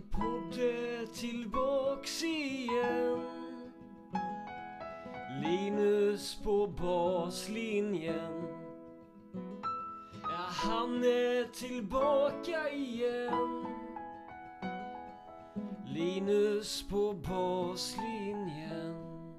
Min podd är tillbaks igen. Linus på baslinjen. Ja, han är tillbaka igen. Linus på baslinjen.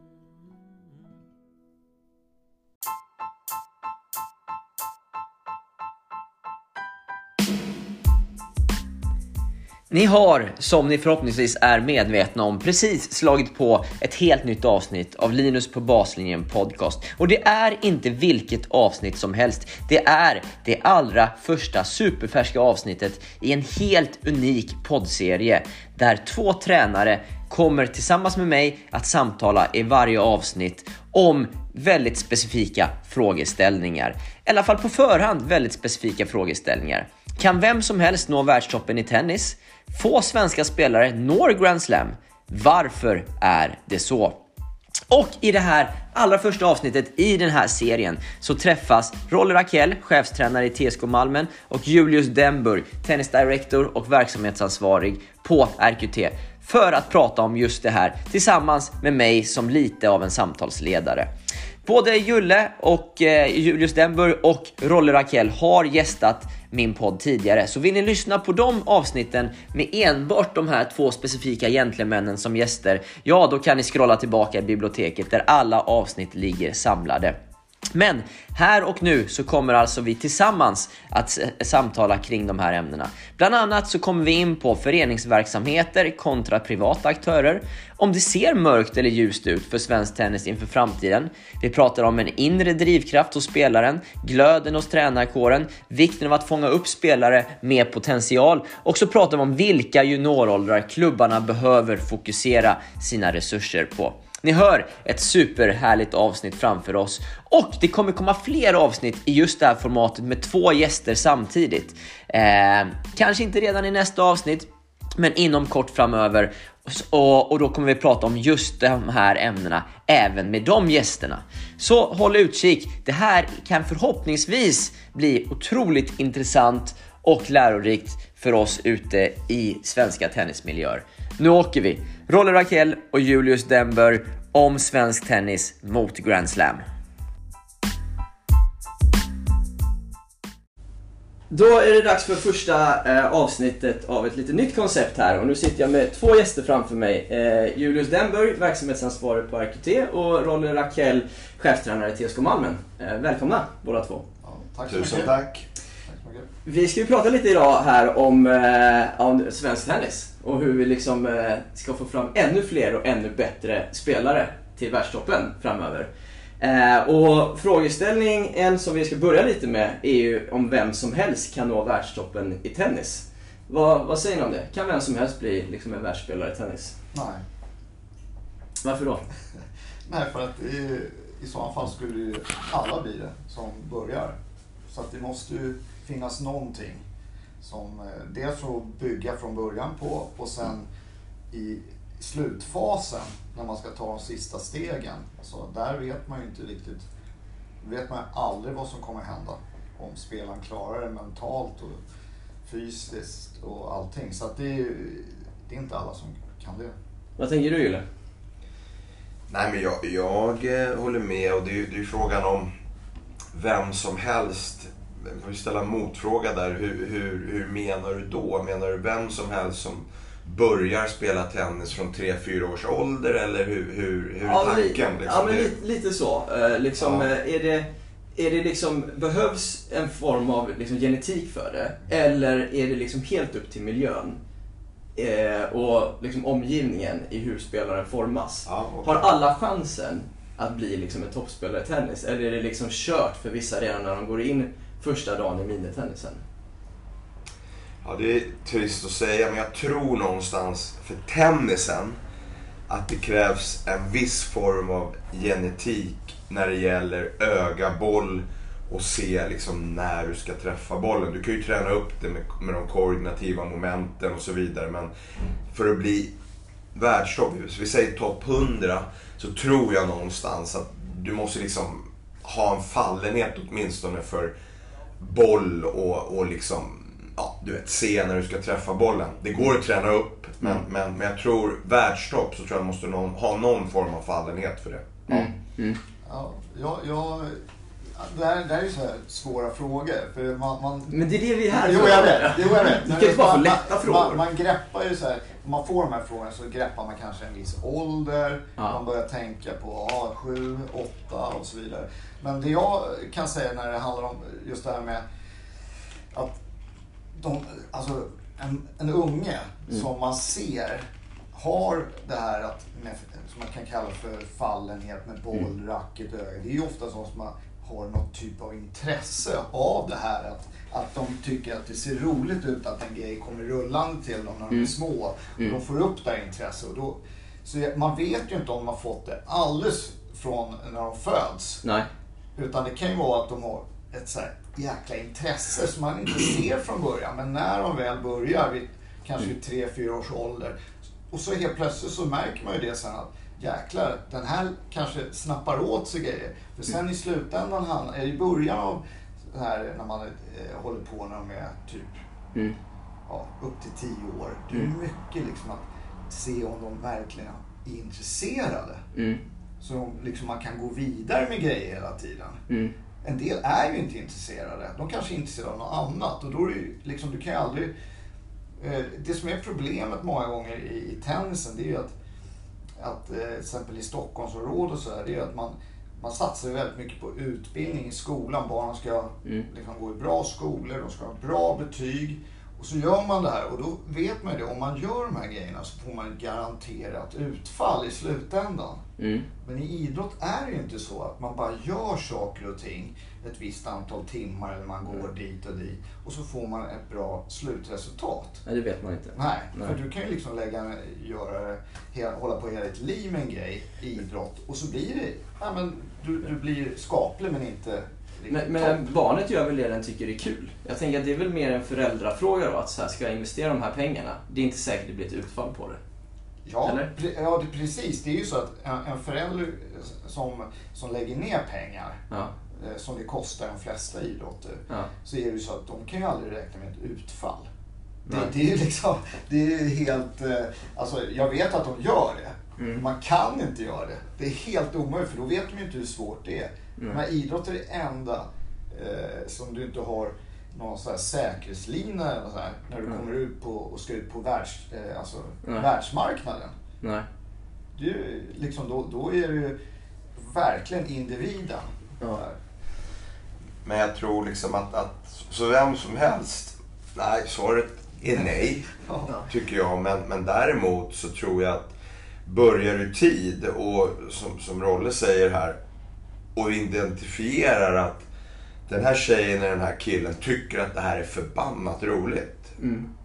Ni har, som ni förhoppningsvis är medvetna om, precis slagit på ett helt nytt avsnitt av Linus på baslinjen podcast. Och det är inte vilket avsnitt som helst. Det är det allra första superfärska avsnittet i en helt unik poddserie där 2 tränare kommer tillsammans med mig att samtala i varje avsnitt om väldigt specifika frågeställningar. I alla fall på förhand väldigt specifika frågeställningar. Kan vem som helst nå världstoppen i tennis? Få svenska spelare når Grand Slam. Varför är det så? Och i det här allra första avsnittet i den här serien så träffas Rolle Rakell, chefstränare i TSK Malmen, och Julius Denburg, tennisdirektor och verksamhetsansvarig på RQT, för att prata om just det här tillsammans med mig som lite av en samtalsledare. Både Julle och Julius Denburg och Rolle Rakell har gästat min podd tidigare. Så vill ni lyssna på de avsnitten med enbart de här 2 specifika gentlemännen som gäster, ja, då kan ni scrolla tillbaka i biblioteket där alla avsnitt ligger samlade. Men här och nu så kommer alltså vi tillsammans att samtala kring de här ämnena. Bland annat så kommer vi in på föreningsverksamheter kontra privata aktörer. Om det ser mörkt eller ljust ut för svensk tennis inför framtiden. Vi pratar om en inre drivkraft hos spelaren, glöden hos tränarkåren, vikten av att fånga upp spelare med potential. Och så pratar vi om vilka junioråldrar klubbarna behöver fokusera sina resurser på. Ni hör ett superhärligt avsnitt framför oss. Och det kommer komma fler avsnitt i just det här formatet med 2 gäster samtidigt. Kanske inte redan i nästa avsnitt, men inom kort framöver. Och då kommer vi prata om just de här ämnena även med de gästerna. Så håll utkik. Det här kan förhoppningsvis bli otroligt intressant och lärorikt för oss ute i svenska tennismiljöer. Nu åker vi. Rolle Rakell och Julius Denburg om svensk tennis mot Grand Slam. Då är det dags för första avsnittet av ett lite nytt koncept här. Och nu sitter jag med 2 gäster framför mig. Julius Denburg, verksamhetsansvarig på RQT, och Rolle Rakell, chefstränare i TSK Malmen. Välkomna båda 2. Ja, tack så mycket. Tack. Vi ska ju prata lite idag här om svensk tennis och hur vi liksom ska få fram ännu fler och ännu bättre spelare till världstoppen framöver. Och frågeställningen som vi ska börja lite med är ju om vem som helst kan nå världstoppen i tennis. Vad säger ni om det? Kan vem som helst bli liksom en världsspelare i tennis? Nej. Varför då? Nej, för att i så fall skulle ju alla bli det som börjar. Så att det måste ju finnas någonting som dels får bygga från början på, och sen i slutfasen när man ska ta de sista stegen. Så där vet man ju inte riktigt, vet man aldrig vad som kommer hända. Om spelaren klarar det mentalt och fysiskt och allting. Så att det är inte alla som kan det. Vad tänker du, Julle? Nej, men jag håller med, och det är ju frågan om vem som helst. Jag får ställa en motfråga där. Hur menar du då? Menar du vem som helst som börjar spela tennis från 3-4 års ålder, eller hur är tanken? Liksom? Ja, men lite så. Är det liksom, behövs en form av liksom genetik för det? Eller är det liksom helt upp till miljön och liksom omgivningen i hur spelaren formas? Ja, okay. Har alla chansen att bli liksom en toppspelare i tennis? Eller är det liksom kört för vissa redan när de går in första dagen i minitennisen? Ja, det är trist att säga, men jag tror någonstans för tennisen att det krävs en viss form av genetik när det gäller öga, boll och se liksom när du ska träffa bollen. Du kan ju träna upp det med de koordinativa momenten och så vidare, men för att bli världstopp, så vi säger topp 100, så tror jag någonstans att du måste liksom ha en fallenhet åtminstone för boll och liksom du vet, se när du ska träffa bollen. Det går att träna upp, men jag tror världstopp så tror jag måste ha någon form av fallenhet för det. Det här är ju så här svåra frågor. För Men det är det vi är här. Jo, jag vet. Du kan inte bara få lätta frågor. Man greppar ju så här. Om man får de här frågorna så greppar man kanske en viss ålder. Man börjar tänka på 7, 8 och så vidare. Men det jag kan säga när det handlar om just det här med att en unge som man ser har det här som man kan kalla för fallenhet med boll, racket, öga. Det är ju ofta så som man har något typ av intresse av det här att de tycker att det ser roligt ut att en grej kommer rullande till dem när de är små och de får upp det här intresset så man vet ju inte om de har fått det alldeles från när de föds. Nej. Utan det kan ju vara att de har ett så här jäkla intresse som man inte ser från början, men när de väl börjar vid kanske 3-4 års ålder och så helt plötsligt så märker man ju det sen att jäklar, den här kanske snappar åt sig grejer. För sen i slutändan i början av det här när man håller på när de är typ upp till 10 år. Det är mycket liksom att se om de verkligen är intresserade. Så man kan gå vidare med grejer hela tiden. En del är ju inte intresserade. De kanske är intresserade av något annat. Och då är det ju liksom, du kan ju aldrig... Det som är problemet många gånger i tennisen, det är ju att till exempel i Stockholmsområdet så är det ju att man satsar väldigt mycket på utbildning i skolan. Barnen ska liksom gå i bra skolor, de ska ha bra betyg. Och så gör man det här och då vet man ju det. Om man gör de här grejerna så får man garanterat utfall i slutändan. Men i idrott är det ju inte så att man bara gör saker och ting ett visst antal timmar eller man går dit och dit och så får man ett bra slutresultat. Nej, det vet man inte. Nej. För du kan ju liksom hålla på hela ditt liv med en grej i idrott och så blir det, du blir skaplig men inte... Men barnet gör väl det den tycker det är kul. Jag tänker att det är väl mer en föräldrafråga då, att så här, ska jag investera de här pengarna? Det är inte säkert det blir ett utfall på det. Ja, precis. Det är ju så att en förälder som lägger ner pengar, som det kostar de flesta idrotter, så är det ju så att de kan ju aldrig räkna med ett utfall. Det är liksom, det är helt, jag vet att de gör det. Man kan inte göra det. Det är helt omöjligt för då vet de inte hur svårt det är. Men idrott är det enda som du inte har någon sån här säkerhetslina eller så här, när du kommer ut på och ska ut på världsmarknaden. Nej. Det är liksom, då är det ju verkligen individen. Men jag tror liksom att så vem som helst, nej, svaret är nej, tycker jag. Men däremot så tror jag att börjar du tid och som Rolle säger här och identifierar att den här tjejen eller den här killen tycker att det här är förbannat roligt.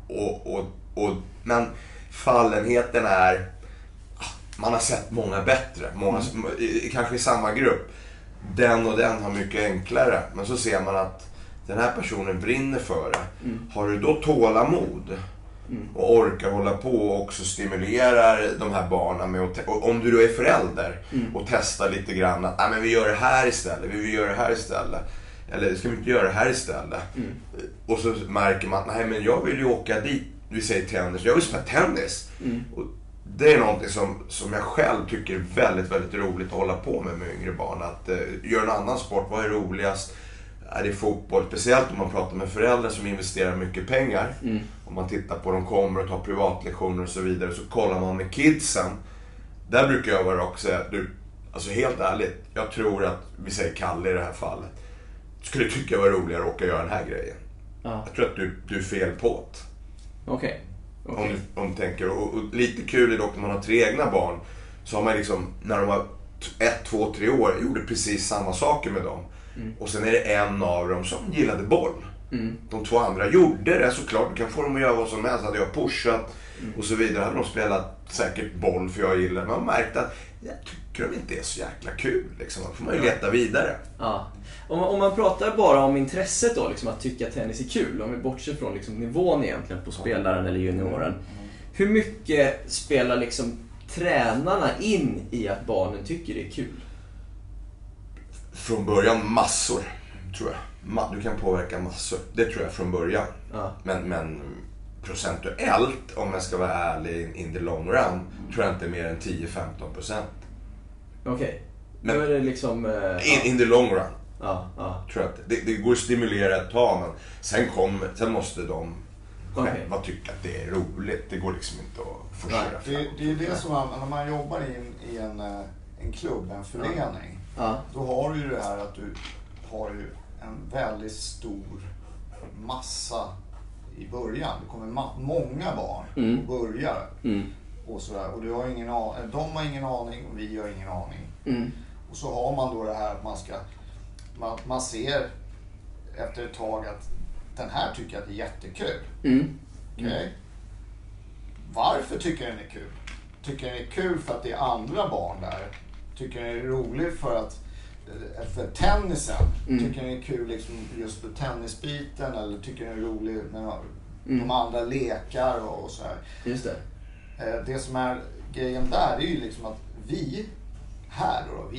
Men fallenheten är, man har sett många bättre, kanske i samma grupp. Den och den har mycket enklare, men så ser man att den här personen brinner för det. Har du då tålamod och orkar hålla på och också stimulerar de här barnen med om du då är förälder och testar lite grann att men vi gör det här istället, vi vill göra det här istället, eller ska vi inte göra det här istället, och så märker man nej men jag vill ju åka dit, vi säger tennis, jag vill spela tennis, och det är någonting som jag själv tycker är väldigt, väldigt roligt att hålla på med yngre barn, att göra en annan sport, vad är roligast? Är det fotboll? Speciellt om man pratar med föräldrar som investerar mycket pengar. Om man tittar på de kommer och tar privatlektioner och så vidare, så kollar man med kidsen. Där brukar jag vara också säga, alltså helt ärligt, jag tror att vi säger Kalle i det här fallet skulle tycka det var roligare att åka och göra den här grejen. Jag tror att du är fel på det. Okej. Om du tänker, och lite kul är dock när man har 3 egna barn, så har man liksom, när de var 1, 2, 3 år, gjorde precis samma saker med dem. Och sen är det en av dem som gillade boll. De 2 andra gjorde det såklart. Du kan få dem att göra vad som helst. Hade jag pushat och så vidare, hade de spelat säkert boll för jag gillar. Men man märkte att jag tycker de inte är så jäkla kul. Liksom. Då får man ju leta vidare. Ja. Om man pratar bara om intresset då, liksom, att tycka att tennis är kul. Om vi bortser från liksom, nivån egentligen på spelaren eller junioren. Hur mycket spelar liksom, tränarna in i att barnen tycker det är kul? Från början massor, tror jag. Du kan påverka massor. Det tror jag från början. Ja. Men procentuellt, om jag ska vara ärlig, in the long run, tror jag inte mer än 10-15%. Okej. Men då är det liksom... in the long run. Ja. Tror jag inte. Det går att stimulera ett tag, men sen måste de själva tycka att det är roligt. Det går liksom inte att forcera fram. Det är det som när man jobbar i en klubb, en förening. Ja. Då har du ju det här att du har ju en väldigt stor massa i början. Det kommer många barn och börjar. Och sådär. Och du har ingen aning, de har ingen aning och vi har ingen aning. Och så har man då det här att man ser efter ett tag att den här tycker att det är jättekul. Okej? Varför tycker den är kul? Tycker den är kul för att det är andra barn där? Tycker den är rolig för tennisen? Tycker den är kul liksom just på tennisbiten? Eller tycker den är rolig med de andra lekar och så här? Just det. Det som är grejen där är ju liksom att vi här då,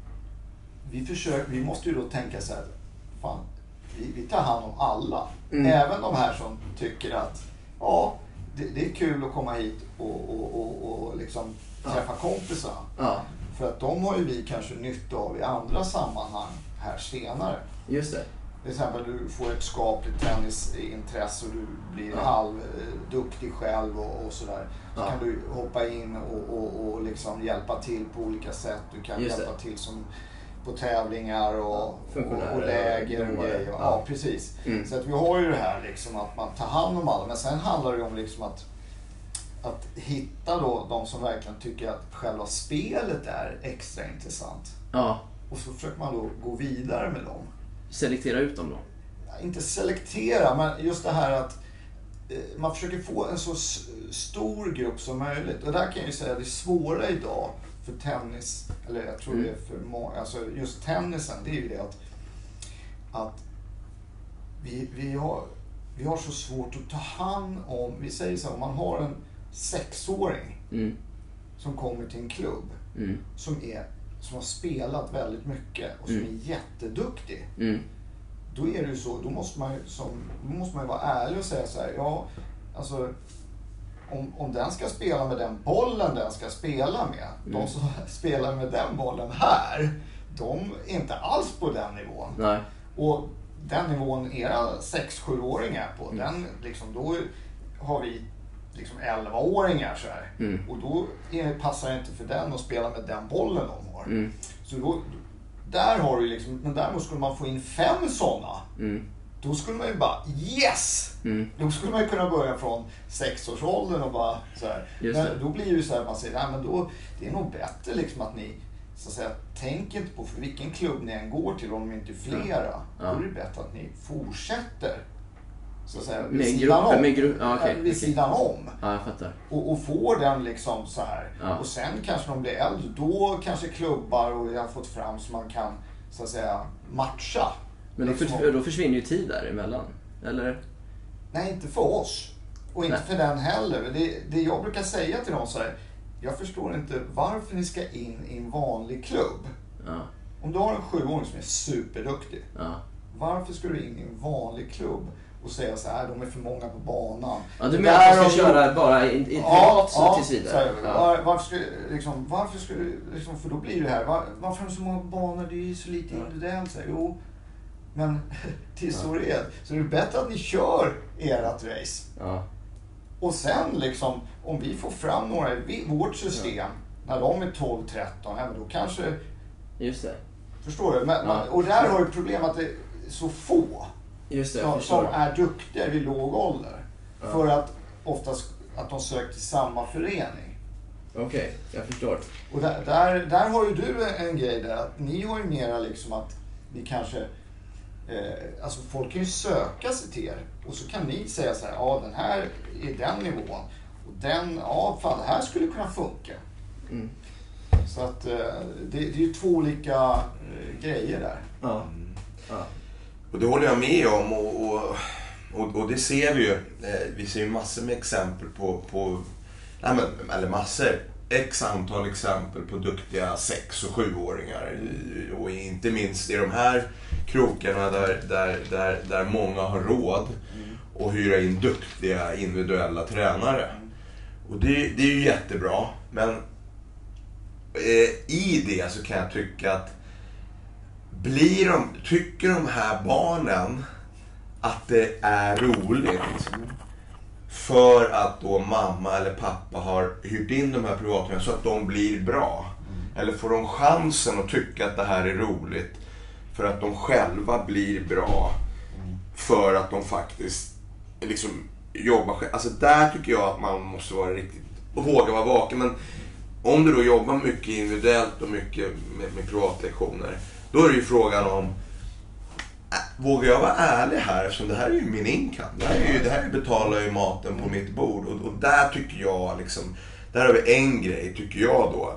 vi måste ju då tänka så här, fan, vi tar hand om alla. Även de här som tycker att ja, det är kul att komma hit och liksom träffa kompisar. Ja. För att de har ju vi kanske nytta av i andra sammanhang här senare. Just det. Till exempel du får ett skapligt tennisintresse och du blir halvduktig själv och sådär. Så kan du hoppa in och liksom hjälpa till på olika sätt. Du kan hjälpa till som på tävlingar och läger och grejer. Ja, precis. Så att vi har ju det här liksom att man tar hand om alla. Men sen handlar det om liksom att hitta då de som verkligen tycker att själva spelet är extra intressant. Ja. Och så försöker man då gå vidare med dem. Selektera ut dem då? Inte selektera, men just det här att man försöker få en så stor grupp som möjligt. Och där kan jag ju säga att det är svåra idag för tennis, eller jag tror det är för många, alltså just tennisen, det är ju det att vi har så svårt att ta hand om, vi säger så här, om man har en 6-åring som kommer till en klubb som har spelat väldigt mycket och som är jätteduktig. Då är det ju så, då måste man ju vara ärlig och säga så här, ja, alltså om den ska spela med den bollen den ska spela med, de som spelar med den bollen här, de är inte alls på den nivån. Nej. Och den nivån era 6-7-åringar på, den liksom, då har vi liksom 11-åringar så här. Och då passar det inte för den att spela med den bollen de har. Så då, där har du liksom, men däremot skulle man få in 5 sådana. Då skulle man ju bara, yes! Då skulle man ju kunna börja från 6-årsåldern och bara så här. Men då blir det ju så här, man säger, nej men då, det är nog bättre liksom att ni så att säga, tänker inte på för vilken klubb ni än går till, om de inte är flera. Då är det bättre att ni fortsätter så att säga, vid sidan om. Ja, jag fattar. Och får den liksom så här. Och sen kanske de blir äldre, då kanske klubbar och jag har fått fram så man kan så att säga matcha. Men då försvinner ju tid däremellan, eller? Nej, inte för oss. Och inte för den heller. Det jag brukar säga till dem så här, jag förstår inte varför ni ska in i en vanlig klubb. Om du har en 7-åring som är superduktig, varför ska du in i en vanlig klubb och säga så här, de är för många på banan? Ja, du menar att du ska köra bara i privat tills vidare? Varför ska du liksom, för då blir det här, varför har du så många banor, det är ju så lite individuellt. Så här, jo, men till så är det. Så det är bättre att ni kör ert race. Och sen liksom, om vi får fram några i vårt system, när de är 12-13, då kanske... Just det. Förstår du? Och där har du problem att det är så få som är duktiga vid låg ålder. För att oftast att de söker till samma förening. Okej, jag förstår. Och där har ju du en grej där, att ni har ju mera liksom att vi kanske... alltså folk kan ju söka sig till er och så kan ni säga så här, ja den här är den nivån och den, ja fan det här skulle kunna funka. Så att det är ju 2 olika grejer där. Och det håller jag med om och det ser vi ju. Vi ser ju massor med exempel på eller massor. x antal exempel på duktiga 6- och 7-åringar. Och inte minst i de här krokarna där många har råd att hyra in duktiga individuella tränare. Och det är ju jättebra. Men i det så kan jag tycka att tycker de här barnen att det är roligt för att då mamma eller pappa har hyrt in de här privatränarna så att de blir bra? Eller får de chansen att tycka att det här är roligt för att de själva blir bra för att de faktiskt liksom jobbar själv? Alltså där tycker jag att man måste vara riktigt och våga vara vaken. Men om du då jobbar mycket individuellt och mycket med privatlektioner, då är det ju frågan om vågar jag vara ärlig här, eftersom det här är ju min income. Det här betalar ju maten på mitt bord. Och där tycker jag liksom, där har vi en grej tycker jag då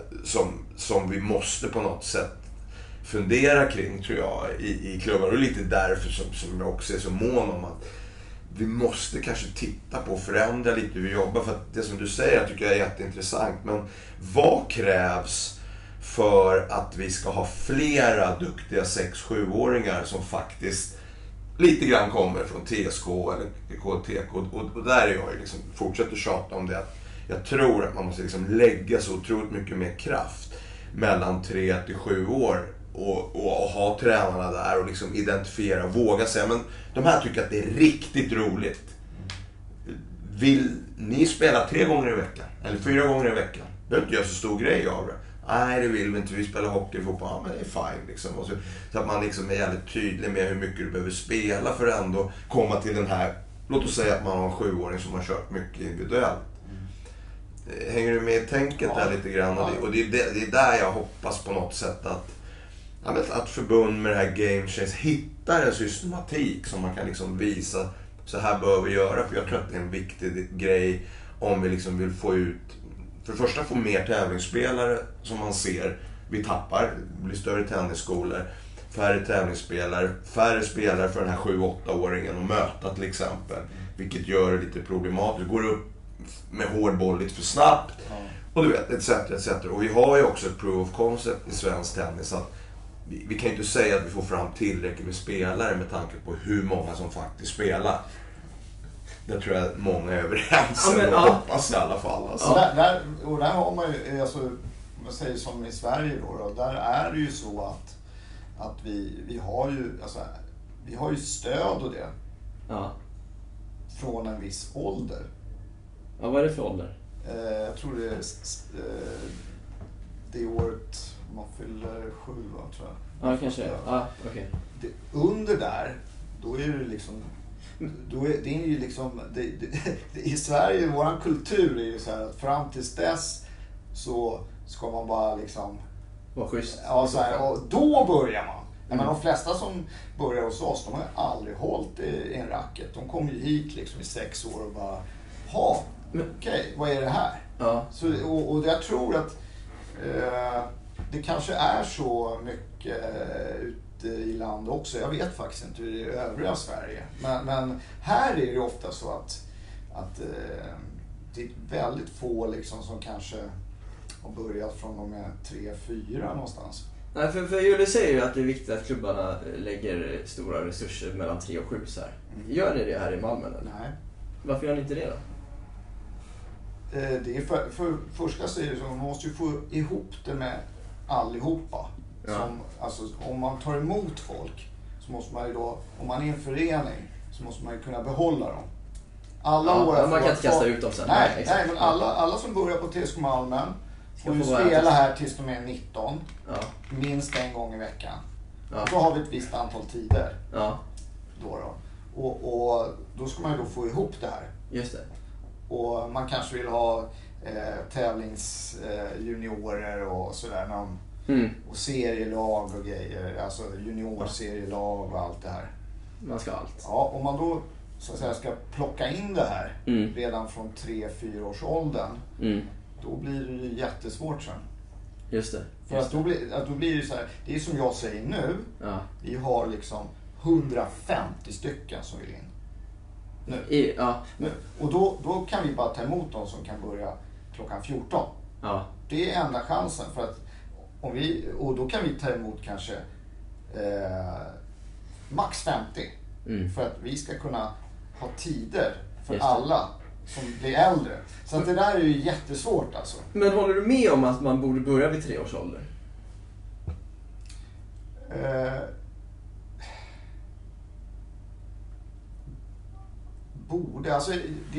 som vi måste på något sätt fundera kring, tror jag, i klubben. Och lite därför som jag också är så mån om att vi måste kanske titta på och förändra lite hur vi jobbar. För att det som du säger jag tycker jag är jätteintressant. Men vad krävs för att vi ska ha flera duktiga 6-7-åringar som faktiskt lite grann kommer från TSK eller KTK? Och där är jag liksom, fortsätter tjata om det. Jag tror att man måste liksom lägga så otroligt mycket mer kraft mellan 3-7 år och ha tränarna där och liksom identifiera, våga säga, men de här tycker att det är riktigt roligt. Vill ni spela 3 gånger i veckan? Eller 4 gånger i veckan? Behöver inte göra så stor grej av det. Nej, det vill vi inte. Vi spelar hockey, fotboll. Ja, men det är fine liksom. Och så att man liksom är jävligt tydlig med hur mycket du behöver spela för att ändå komma till den här. Låt oss säga att man har en 7-åring som har kört mycket individuellt. Hänger du med i tänket där lite grann? Och det är där jag hoppas på något sätt att förbund med det här Game Change hittar en systematik som man kan liksom visa, så här bör vi göra. För jag tror att det är en viktig grej om vi liksom vill få ut, för det första få mer tävlingsspelare som man ser vi tappar. Det blir större tennisskolor, färre tävlingsspelare, färre spelare för den här 7-8-åringen att möta till exempel. Vilket gör det lite problematiskt. Går upp med hård boll lite för snabbt. Och du vet, etc. Och vi har ju också ett proof of concept i svensk tennis. Att vi kan ju inte säga att vi får fram tillräckligt med spelare med tanke på hur många som faktiskt spelar. Det tror jag många är överens om och hoppas i alla fall. Alltså. Där har man ju, alltså, om man säger som i Sverige då, där är det ju så att vi har ju stöd och det. Ja. Från en viss ålder. Ja, vad är det för ålder? Jag tror det är det året man fyller 7, tror jag. Ja, kanske det. Ja, okej. Under där, då är det liksom, det är ju liksom i Sverige, våran kultur är ju så här att fram tills dess så ska man bara liksom vara schysst. Ja, så här, och då börjar man. Men de flesta som börjar hos oss, de har aldrig hållit i en racket. De kommer ju hit liksom i 6 år och bara, okej, vad är det här? Ja. Så, och jag tror att det kanske är så mycket ute i land också. Jag vet faktiskt inte hur det är i övriga Sverige. Men här är det ofta så att det är väldigt få liksom som kanske har börjat från de är 3-4 någonstans. Nej, för Julie säger ju att det är viktigt att klubbarna lägger stora resurser mellan 3 och 7 så här. Gör ni det här i Malmö eller? Nej. Varför gör ni inte det då? Det är för första så är det så, man måste ju få ihop det med allihopa. Ja. Alltså, om man tar emot folk så måste man ju då, om man är en förening så måste man ju kunna behålla dem. Man kan inte kasta ut dem sen. Nej, men alla som börjar på TSK Malmö får ju spela här tills de är 19. Ja. Minst en gång i veckan. Ja. Och så har vi ett visst antal tider. Ja. Då. Och då ska man ju då få ihop det här. Just det. Och man kanske vill ha tävlingsjuniorer och sådär. Och serielag och grejer. Alltså juniorserielag och allt det här. Man ska ha allt. Ja, om man då så att säga ska plocka in det här redan från 3-4 års åldern. Då blir det ju jättesvårt sen. Just det. För att då blir det så här, det är som jag säger nu. Ja. Vi har liksom 150 stycken som vill in. Nu. Ja. Nu. Och då kan vi bara ta emot dem som kan börja klockan 14. Ja. Det är enda chansen för att och då kan vi ta emot kanske max 50 för att vi ska kunna ha tider för alla som blir äldre. Så att det där är ju jättesvårt alltså. Men håller du med om att man borde börja vid 3 års ålder? Borde, alltså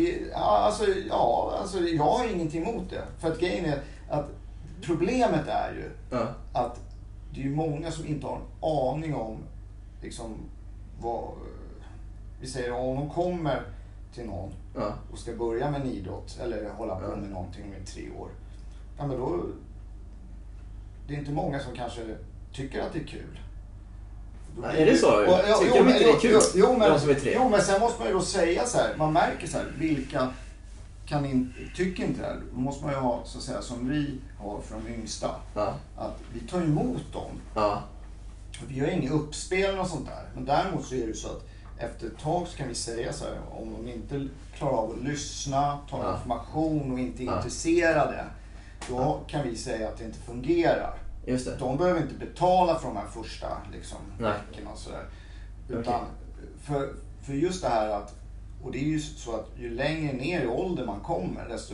jag har ingenting emot det. För att grejen är att problemet är ju att det är ju många som inte har en aning om liksom vad vi säger, om de kommer till någon och ska börja med en idrott eller hålla på med någonting med 3 år. Ja, men då det är inte många som kanske tycker att det är kul. Är det så? Tycker de inte det är kul? Jo, men sen måste man ju då säga så här, man märker så här, vilka tycker inte det här. Då måste man ju ha, så att säga, som vi har för de yngsta. Att vi tar emot dem. Vi gör inget uppspel och sånt där. Men däremot så är det så att efter ett tag så kan vi säga så här, om de inte klarar av att lyssna, ta information och inte är intresserade, då kan vi säga att det inte fungerar. Just det. De behöver inte betala för de här första liksom, veckorna och sådär. Utan för just det här att, och det är ju så att ju längre ner i ålder man kommer, desto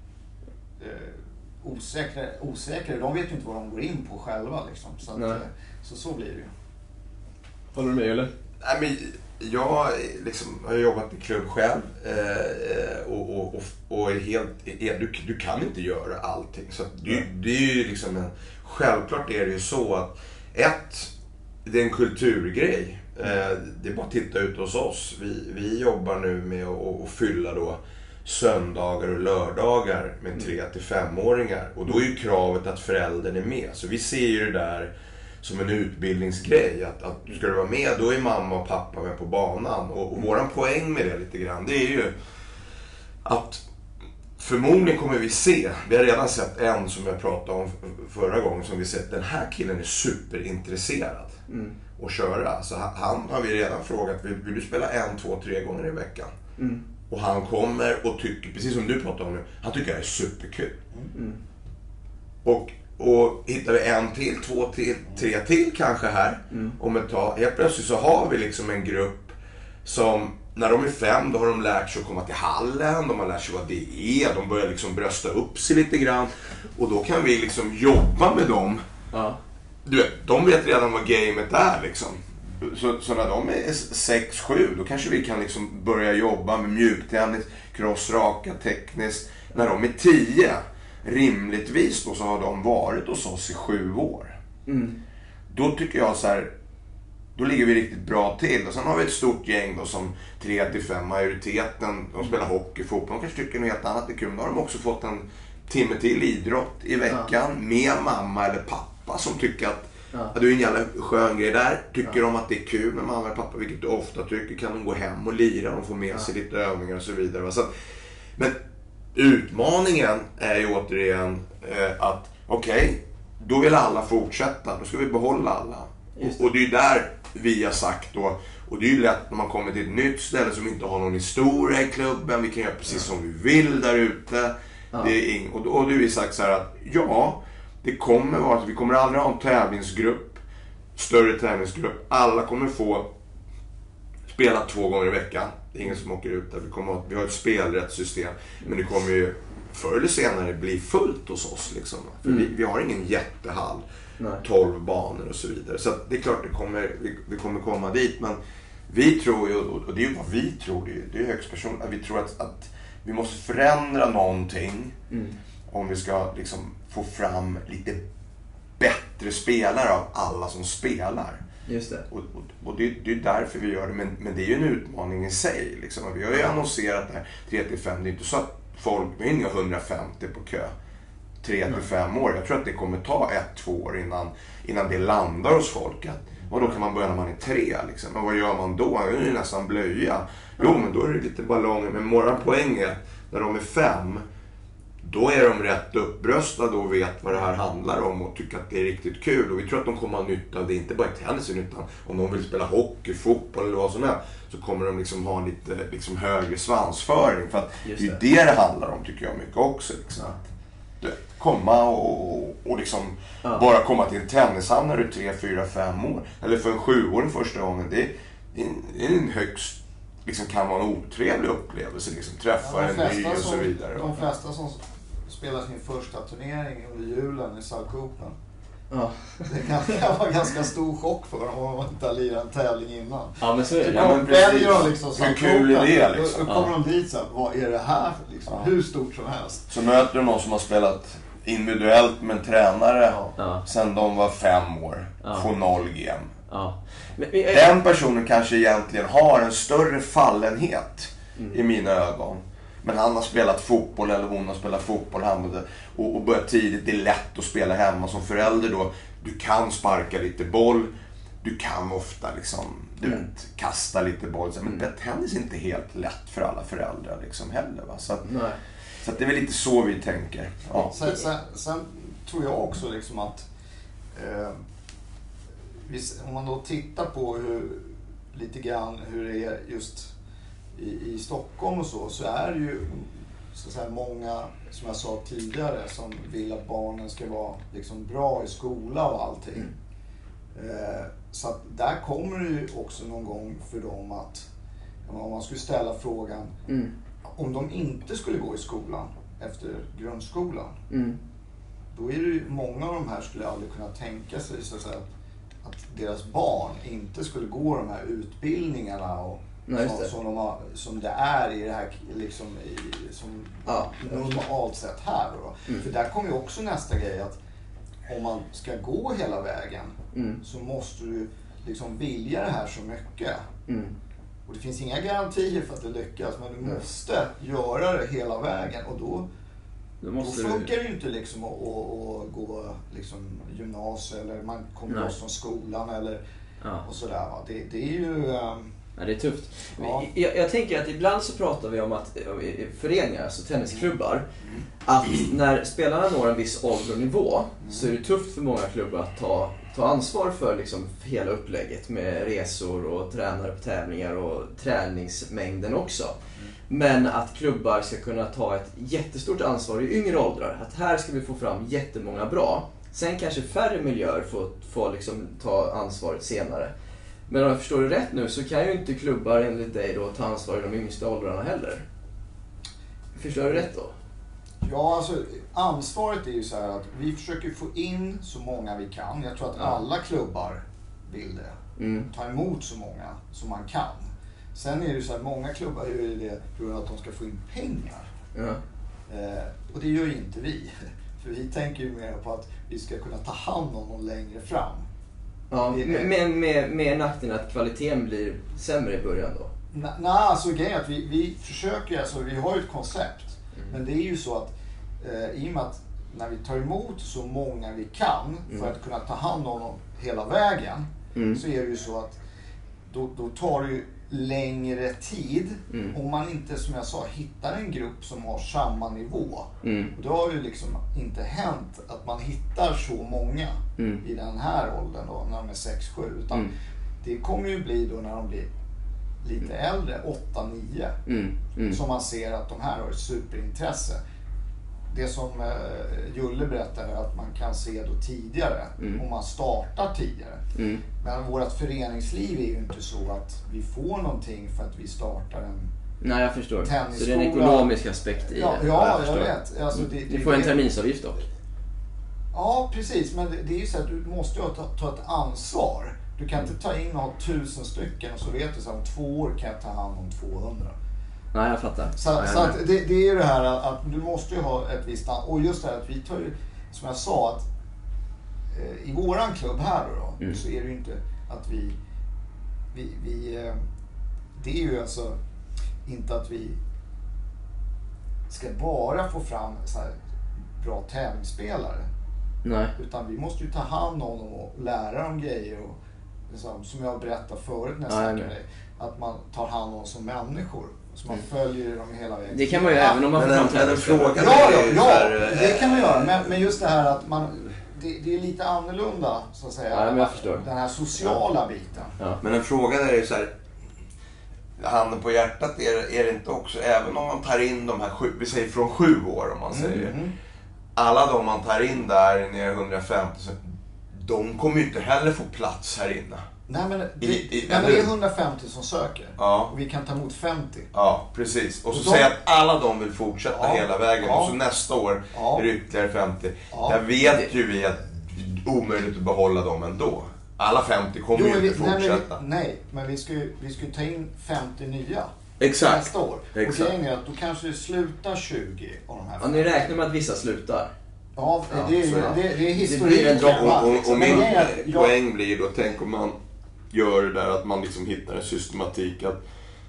osäkrare. De vet ju inte vad de går in på själva liksom. Så blir det ju. Håller du med eller? Nej, men jag liksom har jobbat i klubb själv och är helt, du kan inte göra allting. Så det är ju liksom självklart är det ju så att det är en kulturgrej. Det är bara att titta ut hos oss. Vi jobbar nu med att fylla då söndagar och lördagar med 3-5-åringar. Och då är ju kravet att föräldern är med. Så vi ser ju det där som en utbildningsgrej. Att ska du vara med, då är mamma och pappa med på banan. Och våran poäng med det lite grann, det är ju att förmodligen kommer vi se, vi har redan sett en som jag pratade om förra gången, som vi sett, den här killen är superintresserad att köra. Så han har vi redan frågat, vill du spela 1, 2, 3 gånger i veckan? Och han kommer och tycker, precis som du pratade om nu, han tycker det är superkul. Och hittar vi 1 till, 2 till, 3 till kanske här om ett tag. Helt plötsligt så har vi liksom en grupp som, när de är 5, då har de lärt sig att komma till hallen, de har lärt sig vad det är, de börjar liksom brösta upp sig lite grann. Och då kan vi liksom jobba med dem. Du vet, de vet redan vad gamet är liksom. Så när de är 6-7, då kanske vi kan liksom börja jobba med mjuktennis, cross, raka, tekniskt. När de är 10, rimligtvis då, så har de varit hos oss i 7 år. Då tycker jag så här, då ligger vi riktigt bra till. Och sen har vi ett stort gäng då som 3-5, majoriteten, de spelar hockey, fotboll, de kanske tycker något helt annat är kul. Då har de också fått en timme till idrott i veckan med mamma eller pappa som tycker att du är en jävla skön grej där. Tycker de att det är kul med mamma eller pappa, vilket du ofta tycker, kan de gå hem och lira, de får med sig lite övningar och så vidare. Så, men utmaningen är ju återigen att okej, då vill alla fortsätta, då ska vi behålla alla. Och det är där vi har sagt då, och det är ju lätt när man kommer till ett nytt ställe som inte har någon historia i klubben, vi kan göra precis som vi vill där ute. Det är och då har vi sagt så här att det kommer vara att vi kommer aldrig ha en tävlingsgrupp, större tävlingsgrupp, alla kommer få spela 2 gånger i veckan. Det är ingen som åker ut där. Vi har ett spelrättssystem, men det kommer ju förr eller senare bli fullt hos oss liksom. För vi har ingen jättehall, 12 banor och så vidare. Så det är klart vi kommer komma dit, men vi tror ju, och det är ju vad vi tror, det är högst personligt, att vi tror att vi måste förändra någonting om vi ska liksom få fram lite bättre spelare av alla som spelar. Just det. Och det är därför vi gör det, men det är ju en utmaning i sig liksom. Vi har ju annonserat det här 3-5, det är inte så att folk, vi har inga 150 på kö 3-5 år. Jag tror att det kommer ta 1-2 år innan det landar hos folk. Och då kan man börja när man är 3 liksom. Men vad gör man då? Det är ju nästan blöja. Jo, men då är det lite ballonger. Men våra poäng är, när de är 5, då är de rätt uppbröstade och vet vad det här handlar om och tycker att det är riktigt kul. Och vi tror att de kommer ha nytta av det, inte bara i tennisen, utan om de vill spela hockey, fotboll eller vad som helst, så kommer de liksom ha lite liksom högre svansföring. För att det är ju det handlar om, tycker jag mycket också. Liksom. komma och liksom bara komma till en tennishall när du är 3, 4, 5 år. Eller för en 7-åring första gången. Det är en högst, liksom, kan vara en otrevlig upplevelse. Liksom, träffa en ny och så vidare. De flesta som spelar sin första turnering under julen i South Open. Ja. Det kan vara ganska stor chock för dem om man inte har lirat en tävling innan. Ja, men så är det. Ja, men väljer de liksom hur kul är det liksom? Då kommer de dit så här, vad är det här liksom? Hur stort som helst. Så möter de någon som har spelat individuellt med en tränare sedan de var 5 år. Får 0 game. Ja. Den personen kanske egentligen har en större fallenhet i mina ögon. Men han har spelat fotboll eller hon har spelat fotboll och börjat tidigt. Det är lätt att spela hemma som förälder då. Du kan sparka lite boll. Du kan ofta liksom, kasta lite boll. Men tennis är inte helt lätt för alla föräldrar liksom heller. Va? Så att det är väl lite så vi tänker. Ja. Sen tror jag också liksom att om man då tittar på lite grann hur det är just i Stockholm och så är det ju så att säga, många, som jag sa tidigare, som vill att barnen ska vara liksom bra i skola och allting. Så att där kommer det ju också någon gång för dem att om man skulle ställa frågan om de inte skulle gå i skolan efter grundskolan, då är det ju många av de här skulle aldrig kunna tänka sig så att säga, att deras barn inte skulle gå de här utbildningarna och som det är i det här liksom som normalt sett här då. För där kommer ju också nästa grej att om man ska gå hela vägen så måste du liksom vilja det här så mycket. Och det finns inga garantier för att det lyckas, men du måste göra det hela vägen och då funkar det ju inte liksom att gå liksom gymnasiet eller man kommer loss från skolan eller och sådär. Det är ju ja, det är tufft. Ja. Jag tänker att ibland så pratar vi om att föreningar, alltså tennisklubbar, att när spelarna når en viss ålder och nivå så är det tufft för många klubbar att ta ansvar för liksom hela upplägget med resor och tränare på tävlingar och träningsmängden också. Men att klubbar ska kunna ta ett jättestort ansvar i yngre åldrar. Att här ska vi få fram jättemånga bra. Sen kanske färre miljöer får liksom ta ansvaret senare. Men om jag förstår det rätt nu så kan ju inte klubbar enligt dig då ta ansvar i de yngsta åldrarna heller. Förstår du rätt då? Ja, alltså ansvaret är ju så här att vi försöker få in så många vi kan. Jag tror att alla klubbar vill det. Ta emot så många som man kan. Sen är det ju så här, många klubbar gör det för att de ska få in pengar. Och det gör ju inte vi. För vi tänker ju mer på att vi ska kunna ta hand om dem längre fram. Ja, men med nackdelen att kvaliteten blir sämre i början då? Nej, alltså grejen är att vi försöker, alltså vi har ju ett koncept. Men det är ju så att i och med att när vi tar emot så många vi kan för att kunna ta hand om dem hela vägen så är det ju så att då tar det ju längre tid om man inte, som jag sa, hittar en grupp som har samma nivå. Och det har ju liksom inte hänt att man hittar så många i den här åldern då, när de är 6-7, utan det kommer ju bli då när de blir lite äldre, 8-9, som man ser att de här har ett superintresse. Det som Julle berättade att man kan se då tidigare om man startar tidigare. Men vårt föreningsliv är ju inte så att vi får någonting för att vi startar en Nej, jag förstår. tennisskola. Så det är en ekonomisk aspekt i det. Ja, jag vet. Alltså, du får en terminsavgift dock. Ja, precis. Men det är ju så att du måste ju ta ett ansvar. Du kan inte ta in och ha 1000 stycken och så vet du så om 2 år kan jag ta hand om 200. Nej, jag fattar. Så att det är ju det här att du måste ju ha ett visst... Och just det här att vi tar ju, som jag sa, att i våran klubb här då så är det ju inte att vi det är ju alltså inte att vi ska bara få fram så här bra tävlingsspelare. Nej. Utan vi måste ju ta hand om dem och lära dem grejer och liksom, som jag berättade förut nästan att man tar hand om dem som människor. Så man följer dem hela vägen. Det kan man ju även om man får en fråga. Ja, det kan man göra. Men just det här att man det är lite annorlunda så att säga. Ja, men jag förstår. Den här sociala biten. Ja. Men en fråga är ju så här, handen på hjärtat är det inte också, även om man tar in de här vi säger från 7 år om man säger, alla de man tar in där nere 150, så de kommer ju inte heller få plats här inne. Nej, men det är 150 som söker. Ja. Och vi kan ta emot 50. Ja, precis. Och så säger att alla de vill fortsätta hela vägen. Och så nästa år är det ytterligare 50. Där vet ju vi att det är omöjligt att behålla dem ändå. Alla 50 kommer ju inte fortsätta. Men vi ska ju ta in 50 nya. Exakt. Nästa år. Exakt. Och det är att då kanske det slutar 20 av de här. Ja, ni räknar med att vissa slutar? Ja, det är historik. Det blir en drop. Och min poäng blir då, tänk om man gör det där att man liksom hittar en systematik att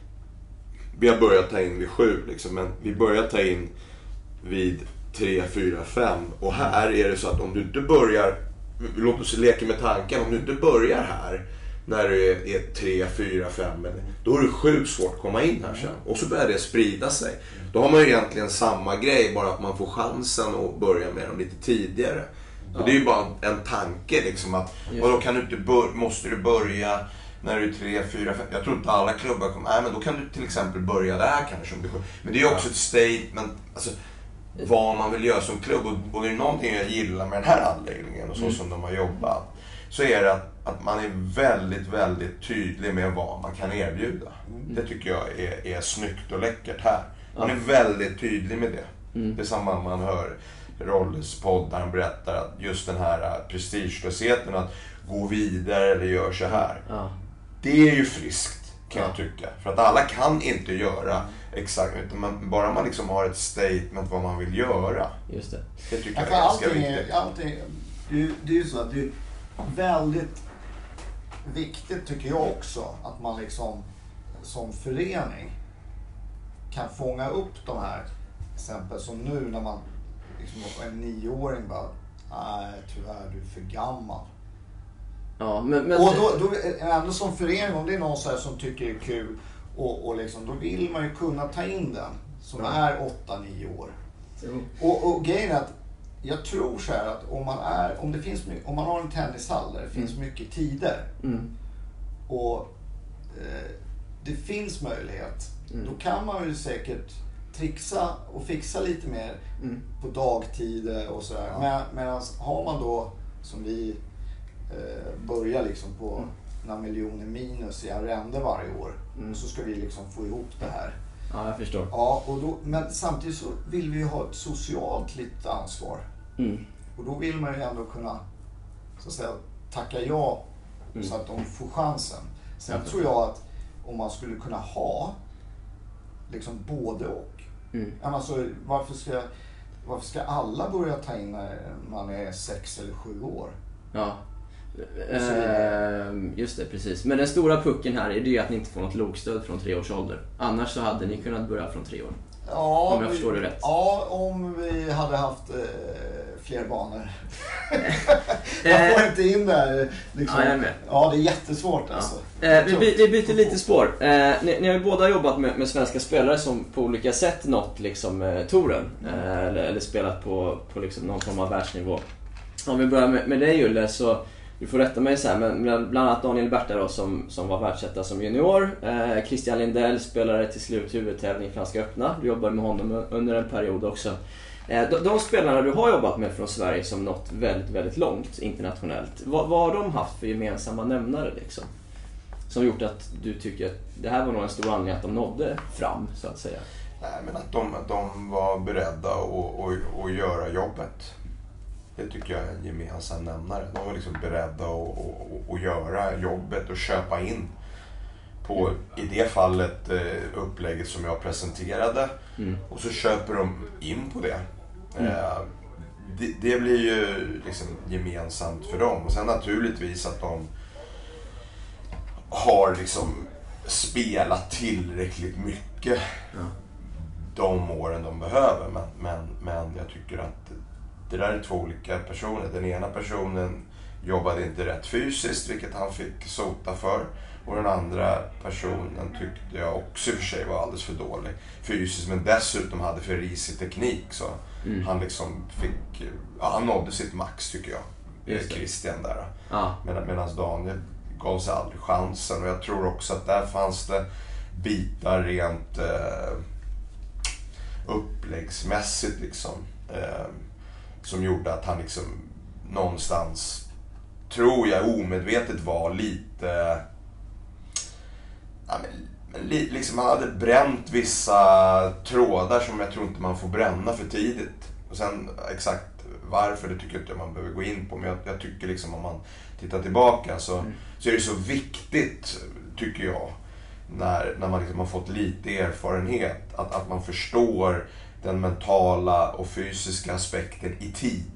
vi har börjat ta in vid 7 liksom, men vi börjar ta in vid 3, 4, 5 och här är det så att om du inte börjar, låt oss leka med tanken, om du inte börjar här när det är 3, 4, 5, då är det sjukt svårt att komma in här sen och så börjar det sprida sig. Då har man ju egentligen samma grej, bara att man får chansen att börja med dem lite tidigare. Och det är ju bara en tanke liksom att och då kan du inte måste du börja när du är 3, 4, 5. Jag tror inte alla klubbar kommer. Nej, men då kan du till exempel börja där kanske. Men det är ju också ett statement, alltså vad man vill göra som klubb. Och det är någonting jag gillar med den här anläggningen och så som de har jobbat. Så är det att man är väldigt, väldigt tydlig med vad man kan erbjuda. Det tycker jag är snyggt och läckert här. Man är väldigt tydlig med det. Det är samma man hör Rolles podd där han berättar att just den här prestigelösheten att gå vidare eller gör så här. Det är ju friskt kan jag tycka. För att alla kan inte göra exakt, utan bara man liksom har ett statement vad man vill göra. Just det. Det tycker jag är ganska viktigt. Det är ju så att det är väldigt viktigt tycker jag också att man liksom som förening kan fånga upp de här exempel som nu när man liksom en 9-åring bara nej tyvärr du är för gammal. Ja, men och då ändå som förening om det är någon så här som tycker det är kul och liksom då vill man ju kunna ta in den som är 8-9 år. Och grejen är att jag tror så här att om man har en tennishall där det finns mycket tider och det finns möjlighet då kan man ju säkert trixa och fixa lite mer på dagtider och sådär. Medan har man då som vi börjar liksom på några miljoner minus i arrende varje år så ska vi liksom få ihop det här. Ja, jag förstår. Ja, och då, men samtidigt så vill vi ju ha ett socialt lite ansvar. Och då vill man ju ändå kunna så att säga tacka ja så att de får chansen. Sen tror jag att om man skulle kunna ha liksom både och. Alltså, varför ska alla börja ta in när man är 6 eller 7 år? Ja. Just det, precis. Men den stora pucken här är det ju att ni inte får något lokstöd från 3 års ålder. Annars så hade ni kunnat börja från 3 år. Ja, om jag förstår det rätt. Ja, om vi hade haft fler banor. Man får inte in där. Liksom. Ja, jag är med. Ja, det är jättesvårt alltså. Vi byter lite spår. Ni har ju båda jobbat med svenska spelare som på olika sätt nått liksom, touren. Eller spelat på liksom, någon form av världsnivå. Om vi börjar med dig Julle, så du får rätta mig så här, men bland annat Daniel Berta då, som var världsetta som junior. Christian Lindell spelade till slut huvudtävling i Franska öppna. Du jobbade med honom under en period också. De spelarna du har jobbat med från Sverige som nått väldigt, väldigt långt internationellt. Vad har de haft för gemensamma nämnare liksom? Som gjort att du tycker att det här var nog en stor anledning att de nådde fram så att säga. Nej, men att de var beredda att göra jobbet. Det tycker jag är en gemensam nämnare. De var liksom beredda att göra jobbet och köpa in på, i det fallet, upplägget som jag presenterade. Och så köper de in på det. Det blir ju liksom gemensamt för dem. Och sen naturligtvis att de har liksom spelat tillräckligt mycket de åren de behöver. Men jag tycker att det där är 2 olika personer. Den ena personen jobbade inte rätt fysiskt, vilket han fick sota för. Och den andra personen tyckte jag också i och för sig var alldeles för dålig fysiskt, men dessutom hade för risig teknik. Så han liksom fick, han nådde sitt max tycker jag. Christian där. Medan Daniel gav sig aldrig chansen. Och jag tror också att där fanns det bitar rent uppläggsmässigt liksom. som gjorde att han liksom någonstans, tror jag omedvetet, var lite... Ja, men liksom han hade bränt vissa trådar som jag tror inte man får bränna för tidigt. Och sen exakt varför, det tycker jag inte man behöver gå in på. Men jag tycker liksom om man tittar tillbaka så är det så viktigt, tycker jag, när man liksom har fått lite erfarenhet, att man förstår den mentala och fysiska aspekten i tid.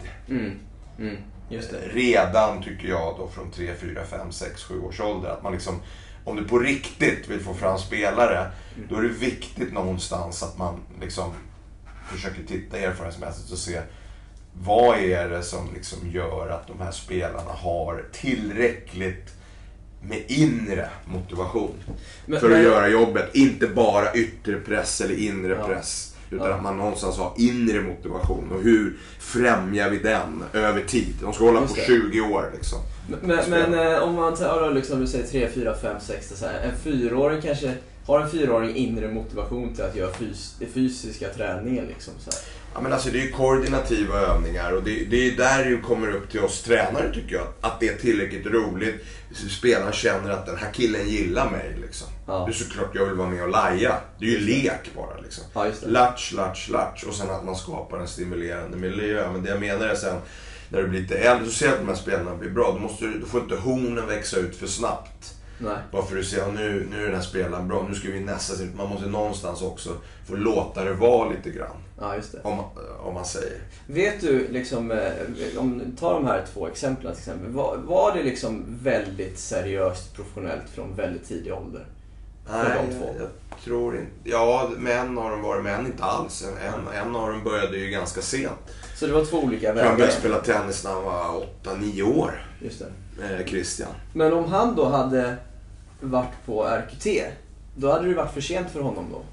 Just det. Redan, tycker jag då, från 3, 4, 5, 6, 7 års ålder. Att man liksom, om du på riktigt vill få fram spelare, då är det viktigt någonstans att man liksom försöker titta erfarenhetsmässigt och se vad är det som liksom gör att de här spelarna har tillräckligt med inre motivation för att göra jobbet. Inte bara yttre press eller inre press. Utan att man någonstans har inre motivation. Och hur främjar vi den över tid? De ska hålla på 20 år liksom. Men om man tar liksom, du säger 3, 4, 5, 6, så här, en 4-åring kanske har en 4-åring inre motivation till att göra fysiska träningen liksom, så här. Ja, men alltså det är ju koordinativa övningar och det är där det kommer upp till oss tränare, tycker jag, att det är tillräckligt roligt. Spelaren känner att den här killen gillar mig liksom. Det är såklart jag vill vara med och laja. Det är ju lek bara liksom. Latch och sen att man skapar en stimulerande miljö. Men det jag menar är sen, när du blir lite äldre så ser att de här spelarna blir bra. Då får inte hornen växa ut för snabbt. Nej. Bara för att se, nu är den här spelaren bra, nu ska vi nästa. Man måste någonstans också få låta det vara lite grann. Ja, just det. Om man säger. Vet du, liksom, om du tar de här 2 exemplen till exempel, var det liksom väldigt seriöst professionellt från väldigt tidig ålder? Nej, jag tror inte. Ja, män har de varit, män inte alls. En av dem började ju ganska sent. Så det var 2 olika vägar? Han började spela tennis när han var 8-9 år. Just det. Christian. Men om han då hade varit på RQT, då hade det varit för sent för honom då?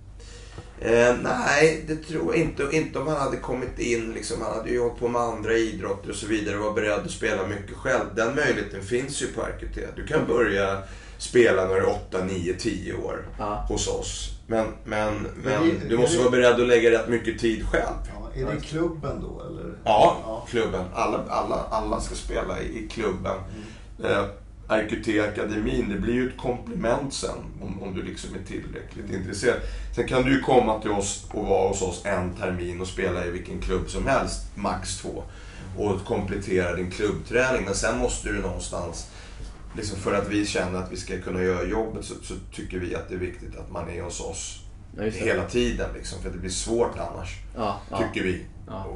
Nej, det tror jag inte om han hade kommit in liksom, han hade ju hållit på med andra idrotter och så vidare och var beredd att spela mycket själv. Den möjligheten finns ju på RQT. Du kan börja spela när du är 8, 9, 10 år hos oss. Men du måste vara beredd att lägga rätt mycket tid själv. Ja, är det klubben då eller? Ja, klubben. Alla ska spela i klubben. RQT-akademin, det blir ju ett komplement sen om du liksom är tillräckligt intresserad. Sen kan du komma till oss och vara hos oss en termin och spela i vilken klubb som helst, max 2, och komplettera din klubbträning. Men sen måste du någonstans, liksom, för att vi känner att vi ska kunna göra jobbet, så tycker vi att det är viktigt att man är hos oss hela tiden liksom, för att det blir svårt annars, tycker vi.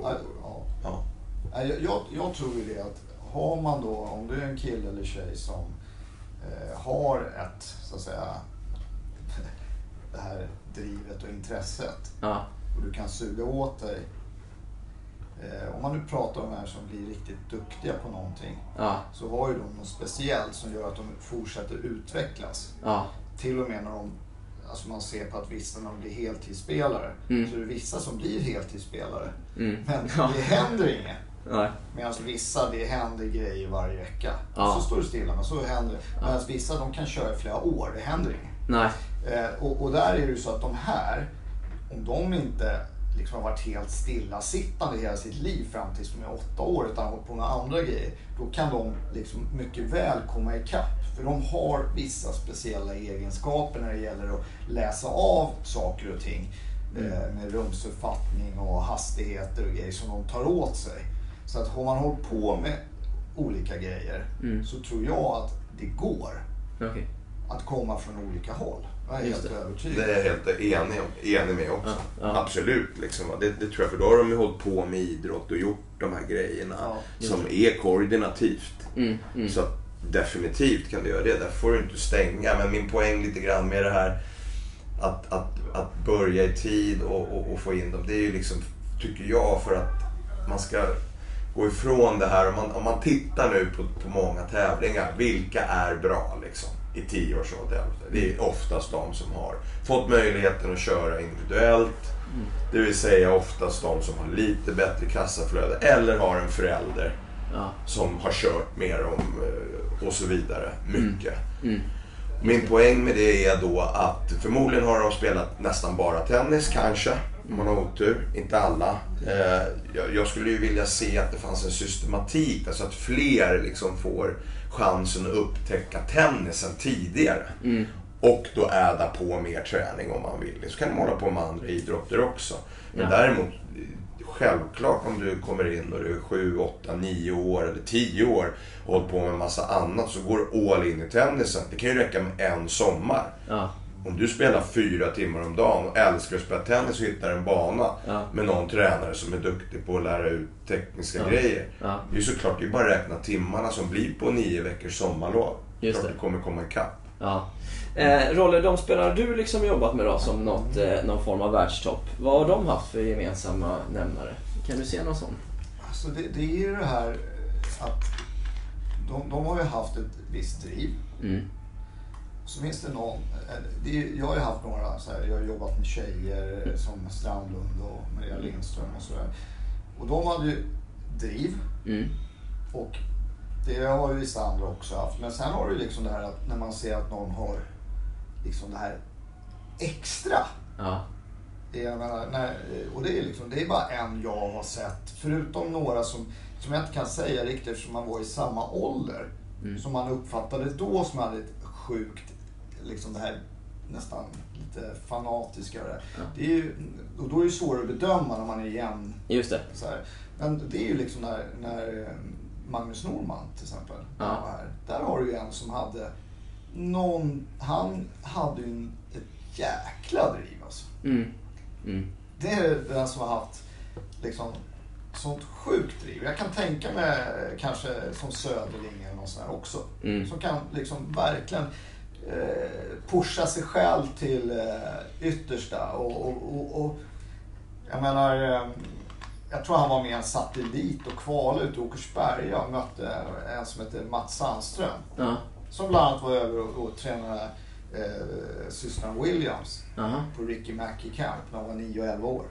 Jag tror ju det, att har man då, om du är en kille eller tjej som har ett, så att säga, det här drivet och intresset, och du kan suga åt dig, om man nu pratar om de här som blir riktigt duktiga på någonting, så har ju de något speciellt som gör att de fortsätter utvecklas. Till och med när de, alltså man ser på att vissa, när de blir heltidsspelare, så är det vissa som blir heltidsspelare, men det händer inget. Medan vissa, det händer grejer varje vecka. Så står det stilla, men så händer det. Medan vissa, de kan köra i flera år, det händer inget. Och där är det ju så att de här, om de inte liksom har varit helt stillasittande hela sitt liv fram tills de är 8 år, utan har hållit på med andra grejer, då kan de liksom mycket väl komma ikapp. För de har vissa speciella egenskaper när det gäller att läsa av saker och ting. Med rumsuppfattning och hastigheter och grejer som de tar åt sig. Så att har man hållit på med olika grejer, så tror jag att det går att komma från olika håll. Jag är helt övertygad. Det är jag helt enig med också. Absolut. Liksom. Det tror jag, för då har de ju hållit på med idrott och gjort de här grejerna som är koordinativt. Så att definitivt kan du göra det. Där får du inte stänga. Men min poäng lite grann med det här att börja i tid och få in dem, det är ju liksom, tycker jag, för att man ska gå ifrån det här. Om man tittar nu på många tävlingar, vilka är bra liksom i 10-årsåldern? Det är oftast de som har fått möjligheten att köra individuellt. Det vill säga oftast de som har lite bättre kassaflöde eller har en förälder som har kört med dem och så vidare mycket. Min poäng med det är då att förmodligen har de spelat nästan bara tennis kanske. Man har otur, inte alla. Jag skulle ju vilja se att det fanns en systematik, alltså att fler liksom får chansen att upptäcka tennisen tidigare. Och då äda på mer träning om man vill. Så kan man hålla på med andra idrotter också. Men däremot, självklart om du kommer in och du är 7, 8, 9 år eller 10 år och håller på med en massa annat, så går du all in i tennisen. Det kan ju räcka med en sommar. Om du spelar 4 timmar om dagen och älskar att spela tennis och hittar en bana med någon tränare som är duktig på att lära ut tekniska grejer. Det är ju såklart, det är bara att räkna timmarna som blir på 9 veckors sommarlov. Just det. Det kommer komma ikapp. Roller, de spelare du liksom jobbat med då, som någon form av världstopp, vad har de haft för gemensamma nämnare? Kan du se någon sån? Alltså det är ju det här att de har ju haft ett visst driv. Så finns det någon, jag har ju haft några så här, jag har jobbat med tjejer som Strandlund och Maria Lindström och sådär. Och de hade ju driv. Och det har ju vissa andra också haft. Men sen har du liksom det här att när man ser att någon har liksom det här extra. Jag menar, och det är liksom, det är bara en jag har sett. Förutom några som jag inte kan säga riktigt eftersom man var i samma ålder. Som man uppfattade då som hade ett sjukt, liksom det här nästan lite fanatiska. Det är ju, och då är det svårare att bedöma när man är igen. Just det. Så här. Men det är ju liksom när Magnus Norman till exempel. Där har du ju en som hade han hade ju ett jäkla driv alltså. Det är den som har haft liksom sånt sjukt driv. Jag kan tänka mig kanske som Söderling eller något sånt här också. Som kan liksom verkligen pusha sig själv till yttersta och jag menar, jag tror han var med en satellit och kval ut i Åkersberga och mötte en som heter Mats Sandström. Som bland annat var över och tränade systern Williams på Ricky Mackie Camp när han var 9 och 11 år.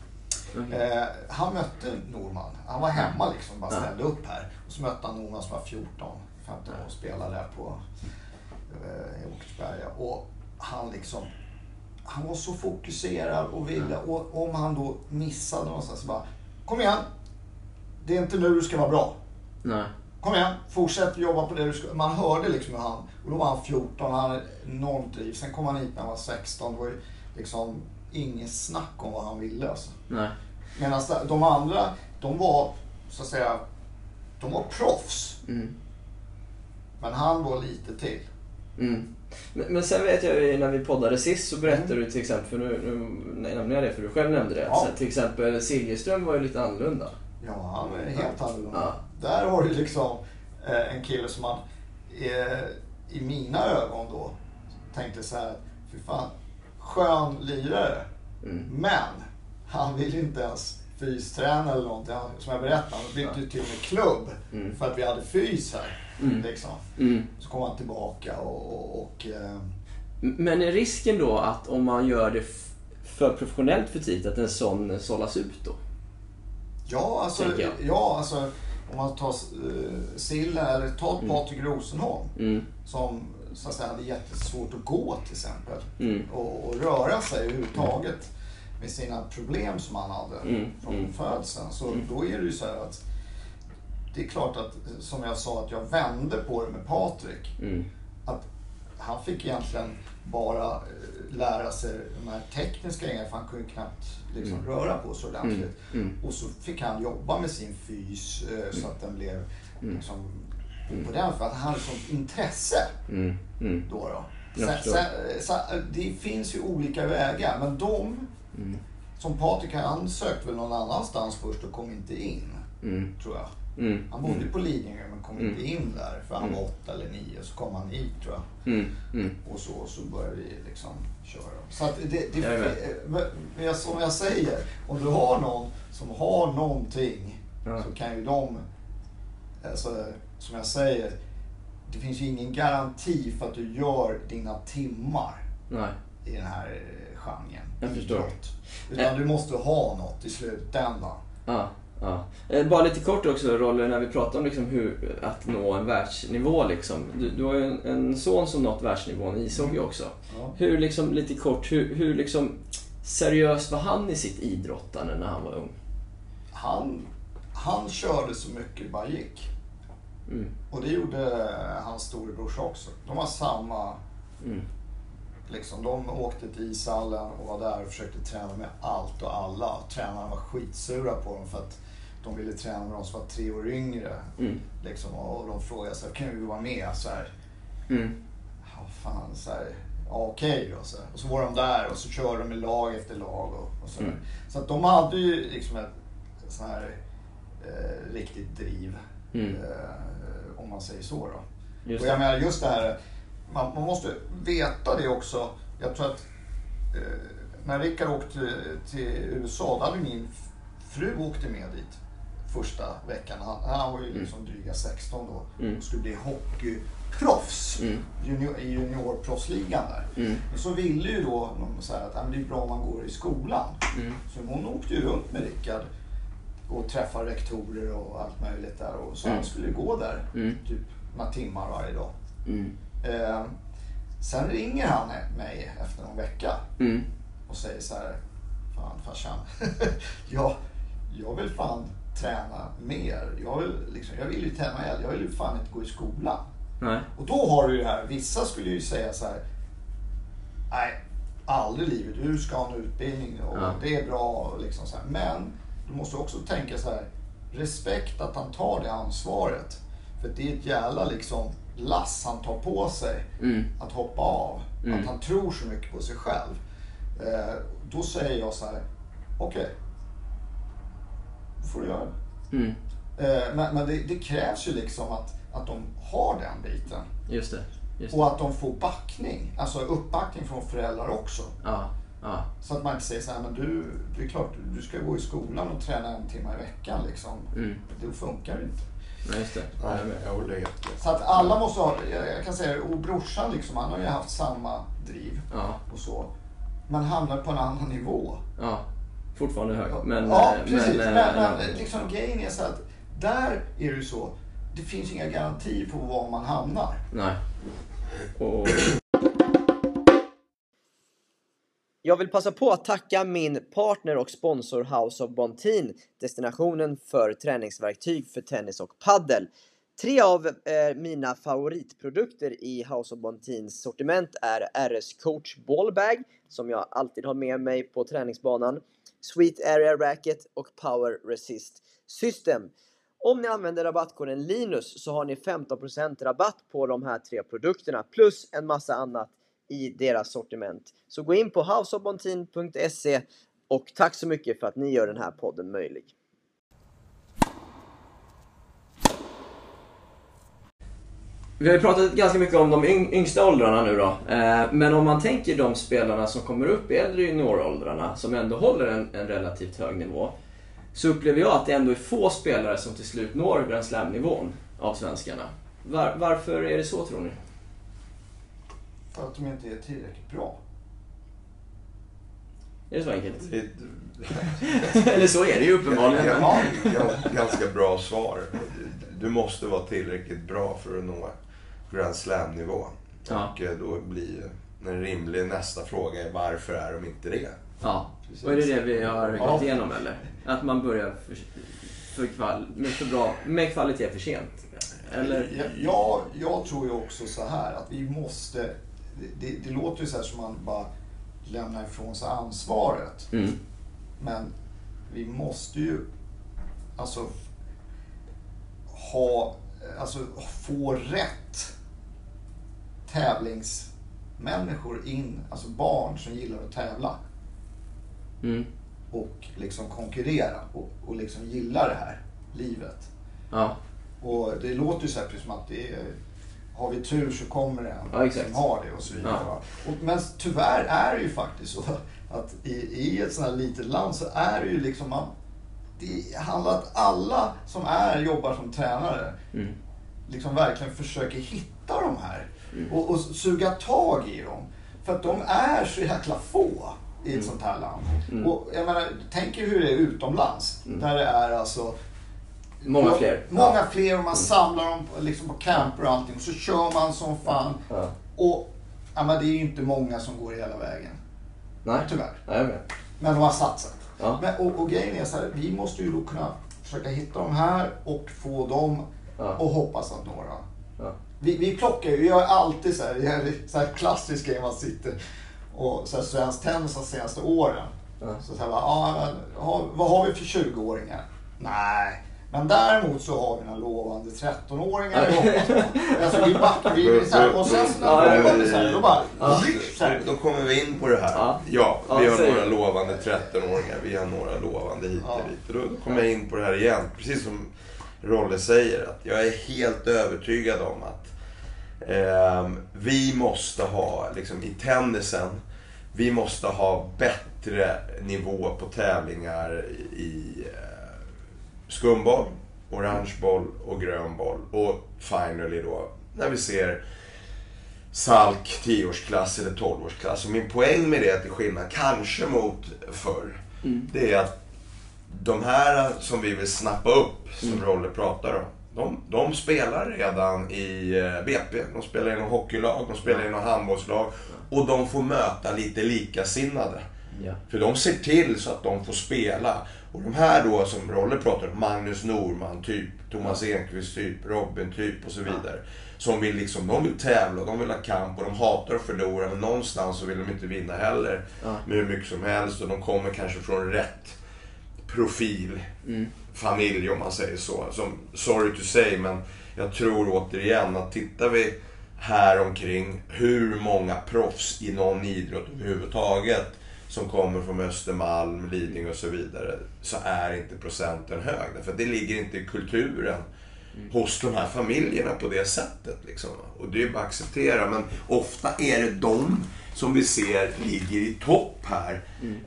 Han mötte Norman. Han var hemma liksom, bara ställde upp här. Och så mötte han Norman som var 14, 15 år och spelade där på Åkersberga. Och han var så fokuserad och ville, och om han då missade någonstans så bara, kom igen, det är inte nu du ska vara bra. Kom igen, fortsätt jobba på det du ska. Man hörde liksom hur han, och då var han 14, han hade enormt driv. Sen kom han hit när han var 16, det var ju liksom ingen snack om vad han ville alltså. Medan de andra, de var så att säga, de var proffs. Men han var lite till. Men sen vet jag när vi poddade sist så berättade du till exempel, för nu nämnde jag det för du själv nämnde det. Så till exempel Siljeström var ju lite annorlunda. Ja, han är helt annorlunda. Där har du liksom en kille som man i mina ögon då tänkte så här, fy fan, skön lirare. Men han vill inte ens fysträna eller någonting. Som jag berättade, han bytte till och med klubb för att vi hade fys här. Liksom. Så kom han tillbaka och Men är risken då att om man gör det för professionellt för tidigt att en sån sållas ut då? Ja, alltså om man tar Sille eller tar Patrik Rosenholm som så att säga hade jättesvårt att gå till exempel och röra sig överhuvudtaget med sina problem som han hade från födseln. Så då är det ju så här att det är klart att, som jag sa, att jag vände på det med Patrik. Att han fick egentligen bara lära sig de här tekniska grejerna, för han kunde knappt liksom röra på sig ordentligt. Och så fick han jobba med sin fys så att den blev liksom på den, för att han hade sånt intresse då. Så det finns ju olika vägar, men som Patrik, han sökte väl någon annanstans först och kom inte in, tror jag. Han bodde på Lidingö men kom inte in där för han var 8 eller 9, så kom han hit tror jag. Och så började vi liksom köra. Så att men som jag säger, om du har någon som har någonting så kan ju de, alltså, som jag säger, det finns ju ingen garanti för att du gör dina timmar i den här genren. Jag förstår. Utan du måste ha något i slutändan. Bara lite kort också, Roller, när vi pratar om liksom hur att nå en världsnivå liksom. Du har ju en son som nått världsnivån i ishockey också. Hur liksom, lite kort, hur liksom seriös var han i sitt idrottande när han var ung? Han körde så mycket det bara gick. Och det gjorde hans storebrors också. De var samma. Liksom, de åkte till ishallen och var där och försökte träna med allt och alla. Tränarna var skitsura på dem för att de ville träna med de som var 3 år yngre. Liksom, och de frågade så här, kan vi vara med? Så här, ja, fan, så här, ja, okej då. Så här. Och så var de där och så körde de med lag efter lag. Och så så att de hade ju liksom ett sån här riktigt driv. Om man säger så då. Och jag menar just det här, man måste veta det också. Jag tror att när Rickard åkte till USA, då hade min fru åkte med dit första veckan. Han var ju liksom dryga 16 då och skulle bli hockeyproffs i juniorproffsligan där. Men så ville ju då någon säga att det är bra om man går i skolan. Så hon åkte ju runt med Rickard och träffade rektorer och allt möjligt där. Och så han skulle gå där typ några timmar varje dag. Sen ringer han mig efter någon vecka och säger så här, fan farsan, jag vill fan träna mer. Jag vill ju träna mer. Jag vill ju fan inte gå i skolan. Nej. Och då har du ju det här, vissa skulle ju säga så här, nej, aldrig i livet, du ska ha en utbildning och det är bra liksom så här. Men du måste också tänka så här, respekt att han tar det ansvaret. För det är ett jävla liksom lass han tar på sig att hoppa av. Att han tror så mycket på sig själv. Då säger jag så här, okej, då får du göra det. Men det krävs ju liksom att de har den biten. Just det. Och att de får backning. Alltså uppbackning från föräldrar också. Ja. Så att man inte säger så här, men det är klart, du ska gå i skolan och träna 1 timme i veckan liksom. Det funkar inte. Nej, just det. Så att alla måste ha, jag kan säga, och brorsan liksom, han har ju haft samma driv och så. Man hamnar på en annan nivå. Ja, fortfarande hög. Precis. Men liksom grejen är så att där är det ju så, det finns inga garantier på var man hamnar. Nej. Jag vill passa på att tacka min partner och sponsor House of Bontin, destinationen för träningsverktyg för tennis och paddel. 3 av mina favoritprodukter i House of Bontins sortiment är RS Coach Ballbag, som jag alltid har med mig på träningsbanan, Sweet Area Racket och Power Resist System. Om ni använder rabattkoden Linus så har ni 15% rabatt på de här 3 produkterna plus en massa annat i deras sortiment. Så gå in på houseofbontin.se och tack så mycket för att ni gör den här podden möjlig. Vi har ju pratat ganska mycket om de yngsta åldrarna nu då. Men om man tänker de spelarna som kommer upp i äldre junioråldrarna som ändå håller en relativt hög nivå, så upplever jag att det ändå är få spelare som till slut når Grand Slam-nivån av svenskarna. Varför är det så, tror ni? För att de inte är tillräckligt bra. Är det så enkelt? Eller så är det ju uppenbarligen. Ganska bra svar. Du måste vara tillräckligt bra för att nå Grand Slam-nivå. Ja. Och då blir en rimlig nästa fråga är, varför är de inte det? Ja, och är det vi har gått igenom eller? Att man börjar med kvalitet för sent? Eller? Jag tror ju också så här att vi måste, det låter ju så här som man bara lämnar ifrån sig ansvaret. Men vi måste ju få rätt tävlingsmänniskor in, alltså barn som gillar att tävla och liksom konkurrera och liksom gillar det här livet. Ja. Och det låter ju så här precis som att det är, har vi tur så kommer det en som har det och så vidare. Ja. Men tyvärr är det ju faktiskt så att i ett sånt här litet land så är det ju liksom det handlar att alla som jobbar som tränare liksom verkligen försöker hitta de här och suga tag i dem. För att de är så jäkla få i ett sånt här land. Och jag menar, tänk hur det är utomlands. Där det är alltså många fler och man samlar dem liksom på camper och allting. Och så kör man som fan. Och men det är ju inte många som går hela vägen. Nej. Tyvärr. Nej, men. Men de har satsat. Ja. Men, och grejen är så här, vi måste ju då kunna försöka hitta de här och få dem och hoppas att några. Ja. Vi plockar ju, vi har alltid så här klassisk grej man sitter och så här svensk tennis de senaste åren. Så här, vad har vi för 20-åringar? Nej. Men däremot så har vi några lovande 13-åringar. Alltså vi backar så här, och sen så då bara då kommer vi in på det här. Ja, vi har några lovande 13-åringar, vi har några lovande hit och dit. Och då kommer jag in på det här igen, precis som Rolle säger, att jag är helt övertygad om att vi måste ha, liksom i tennisen, vi måste ha bättre nivå på tävlingar i skumboll, orangeboll och grönboll. Och finally då, när vi ser Salk 10-årsklass eller 12-årsklass. Och min poäng med det är till skillnad kanske mot förr. Det är att de här som vi vill snappa upp, som Rolle pratar om, de spelar redan i BP, de spelar i någon hockeylag, de spelar i någon handbollslag, och de får möta lite likasinnade. För de ser till så att de får spela. Och de här då som Rolle pratar om, Magnus Norman typ, Thomas Enqvist typ, Robin typ och så vidare. Som vill liksom, de vill tävla, de vill ha kamp och de hatar att förlora, men någonstans så vill de inte vinna heller med hur mycket som helst, och de kommer kanske från rätt profil, familj om man säger så. Som, sorry to say, men jag tror återigen att tittar vi här omkring hur många proffs i någon idrott överhuvudtaget som kommer från Östermalm, Lidingö och så vidare, så är inte procenten hög. För det ligger inte i kulturen hos de här familjerna på det sättet. Liksom. Och det är bara att acceptera. Men ofta är det de som vi ser ligger i topp här.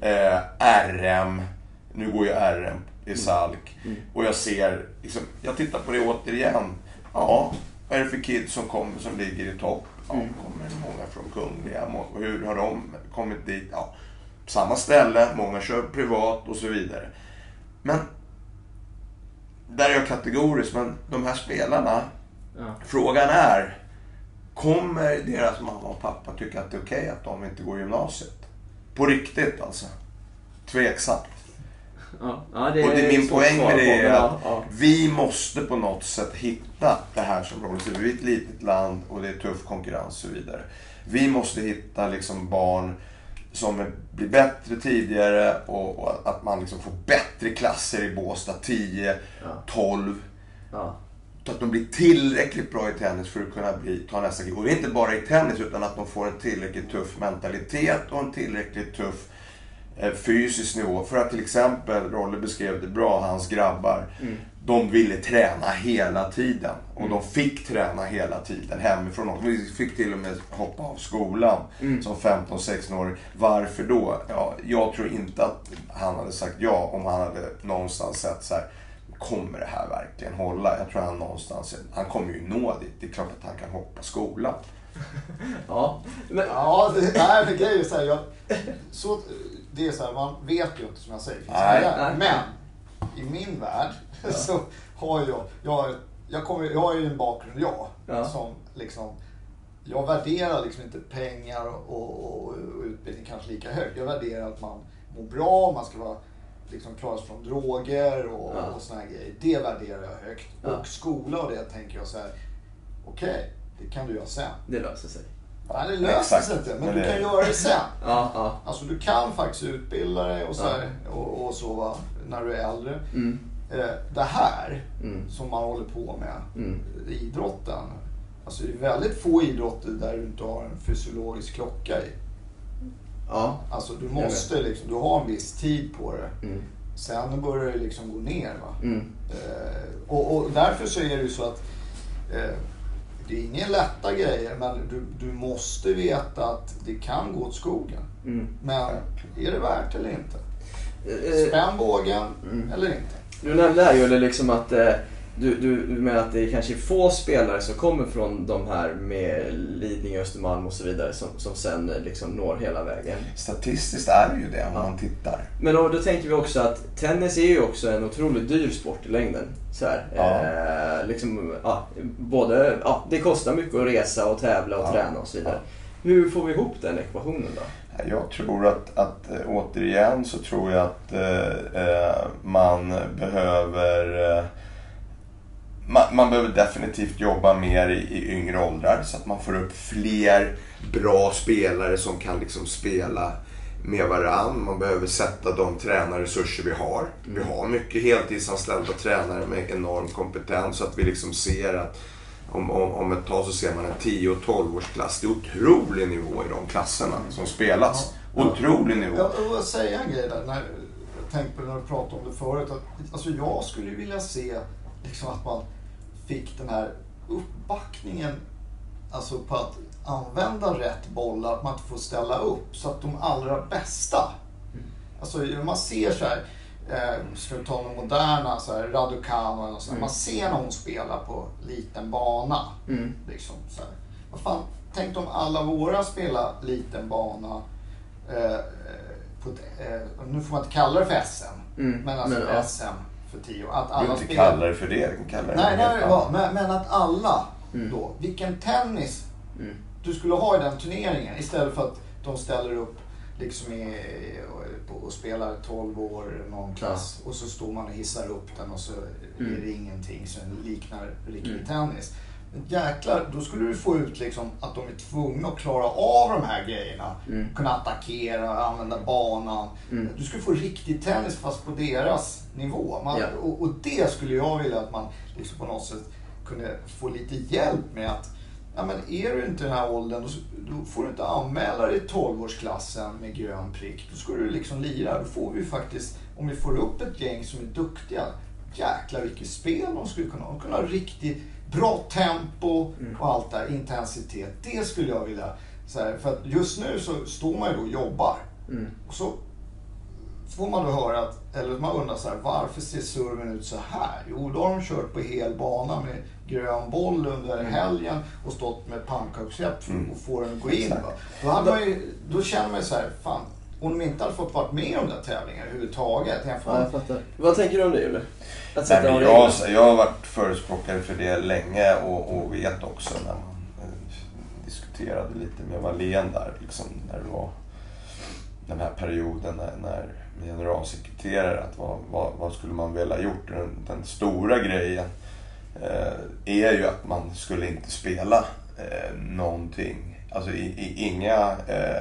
RM, nu går ju RM i Salk. Och jag ser, liksom, jag tittar på det återigen. Ja, vad är det för kids som kommer som ligger i topp? Ja, kommer många från Kungliga. Och hur har de kommit dit? Ja, samma ställe, många kör privat och så vidare. Men där är jag kategorisk, men de här spelarna, frågan är, kommer deras mamma och pappa tycka att det är okej att de inte går gymnasiet? På riktigt alltså. Tveksamt. Ja, det och det är min poäng med det är att vi måste på något sätt hitta det här som Rolle säger. Vi är ett litet land och det är tuff konkurrens och så vidare. Vi måste hitta liksom barn som blir bättre tidigare och att man liksom får bättre klasser i Båstad 10, 12. Så att de blir tillräckligt bra i tennis för att kunna ta nästa grej. Och det är inte bara i tennis, utan att de får en tillräckligt tuff mentalitet och en tillräckligt tuff fysisk nivå. För att till exempel, Rolle beskrev det bra, hans grabbar, de ville träna hela tiden. Och de fick träna hela tiden hemifrån. De fick till och med hoppa av skolan som 15-16-åring. Varför då? Ja, jag tror inte att han hade sagt ja om han hade någonstans sett så här, kommer det här verkligen hålla? Jag tror han någonstans, han kommer ju nå dit. Det är klart att han kan hoppa skolan. Men grejen är så här, det är så här, man vet ju inte som jag säger. Men i min värld så har jag har ju en bakgrund som liksom, jag värderar liksom inte pengar och utbildning kanske lika högt. Jag värderar att man mår bra, man ska vara liksom klara sig från droger och såna här grejer. Det värderar jag högt. Och skola och det tänker jag så här, okej, det kan du göra sen. Det löser sig. Nej, det löser sig inte, men du kan göra det sen. Alltså du kan faktiskt utbilda dig och så här, och så va, när du är äldre. Det här som man håller på med, idrotten. Alltså det är väldigt få idrotter där du inte har en fysiologisk klocka i. Alltså du måste liksom, du har en viss tid på det. Sen börjar det liksom gå ner va. Och därför så är det ju så att det är ingen lätta grejer, men du måste veta att det kan gå åt skogen. Men är det värt eller inte? Spänn bågen eller inte? Du nämnde här ju liksom att du menar att det kanske är få spelare som kommer från de här med Lidingö, Östermalm och så vidare som sen liksom når hela vägen. Statistiskt är det ju det om man tittar. Men då tänker vi också att tennis är ju också en otroligt dyr sport i längden. Så här. Det kostar mycket att resa och tävla och träna och så vidare. Hur får vi ihop den ekvationen då? Jag tror att återigen så tror jag att man behöver man behöver definitivt jobba mer i yngre åldrar så att man får upp fler bra spelare som kan liksom spela med varann. Man behöver sätta de tränarresurser vi har. Vi har mycket heltidsanställda tränare med enorm kompetens så att vi liksom ser att om ett tag så ser man en 10- och 12-årsklass. Det är otrolig nivå i de klasserna som spelas. Otrolig nivå. Jag vill säga en grej där. Jag tänkte när du pratade om det förut. Att, alltså jag skulle vilja se liksom att man fick den här uppbackningen alltså på att använda rätt bollar. Att man inte får ställa upp så att de allra bästa. Alltså man ser så här. Ska vi ta någon moderna så här, Raducanu och så här. Man ser när hon spelar på liten bana liksom, så här. Vad fan, tänk om alla våra spelar liten bana på nu får man inte kalla det för SM men alltså SM för 10 år att alla inte kalla det för det, men att alla då, vilken tennis du skulle ha i den turneringen istället för att de ställer upp liksom och spelar 12 år någon klass och så står man och hissar upp den och så är det ingenting som liknar riktig tennis. Men jäklar, då skulle du få ut liksom att de är tvungna att klara av de här grejerna. Kunna attackera, använda banan. Du skulle få riktig tennis fast på deras nivå. Och det skulle jag vilja att man liksom på något sätt kunde få lite hjälp med att ja, men är du inte i den här åldern då får du inte anmäla dig i 12-årsklassen med grön prick. Då ska du liksom lira. Då får vi faktiskt, om vi får upp ett gäng som är duktiga, jäklar vilket spel de skulle kunna ha. De kunde ha riktigt bra tempo och allt där, intensitet. Det skulle jag vilja så här, för att just nu så står man ju då och jobbar. Och så får man då höra att, eller man undrar så här, varför ser serven ut så här? Jo, då har de kört på hel bana med grön boll under helgen och stått med pannkakshjälp för att få den att gå in. Då känner man ju så här, fan, om de inte hade fått varit med om den tävlingen överhuvudtaget. Jag fattar. Vad tänker du om det, Julle? Jag har varit förespråkare för det länge och vet också när man diskuterade lite med Wallén där, liksom, när det var den här perioden när generalsekreterare att vad skulle man väl ha gjort? Den stora grejen är ju att man skulle inte spela någonting. Alltså inga...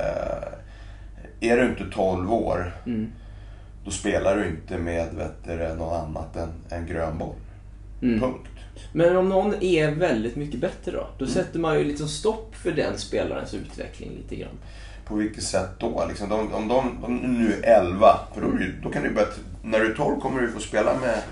är du inte 12 år då spelar du inte med något annat än grön boll. Punkt. Men om någon är väldigt mycket bättre då sätter man ju liksom stopp för den spelarens utveckling lite grann. På vilket sätt då? Liksom, om de nu är 11, för då kan du börja, när du är 12 kommer du få spela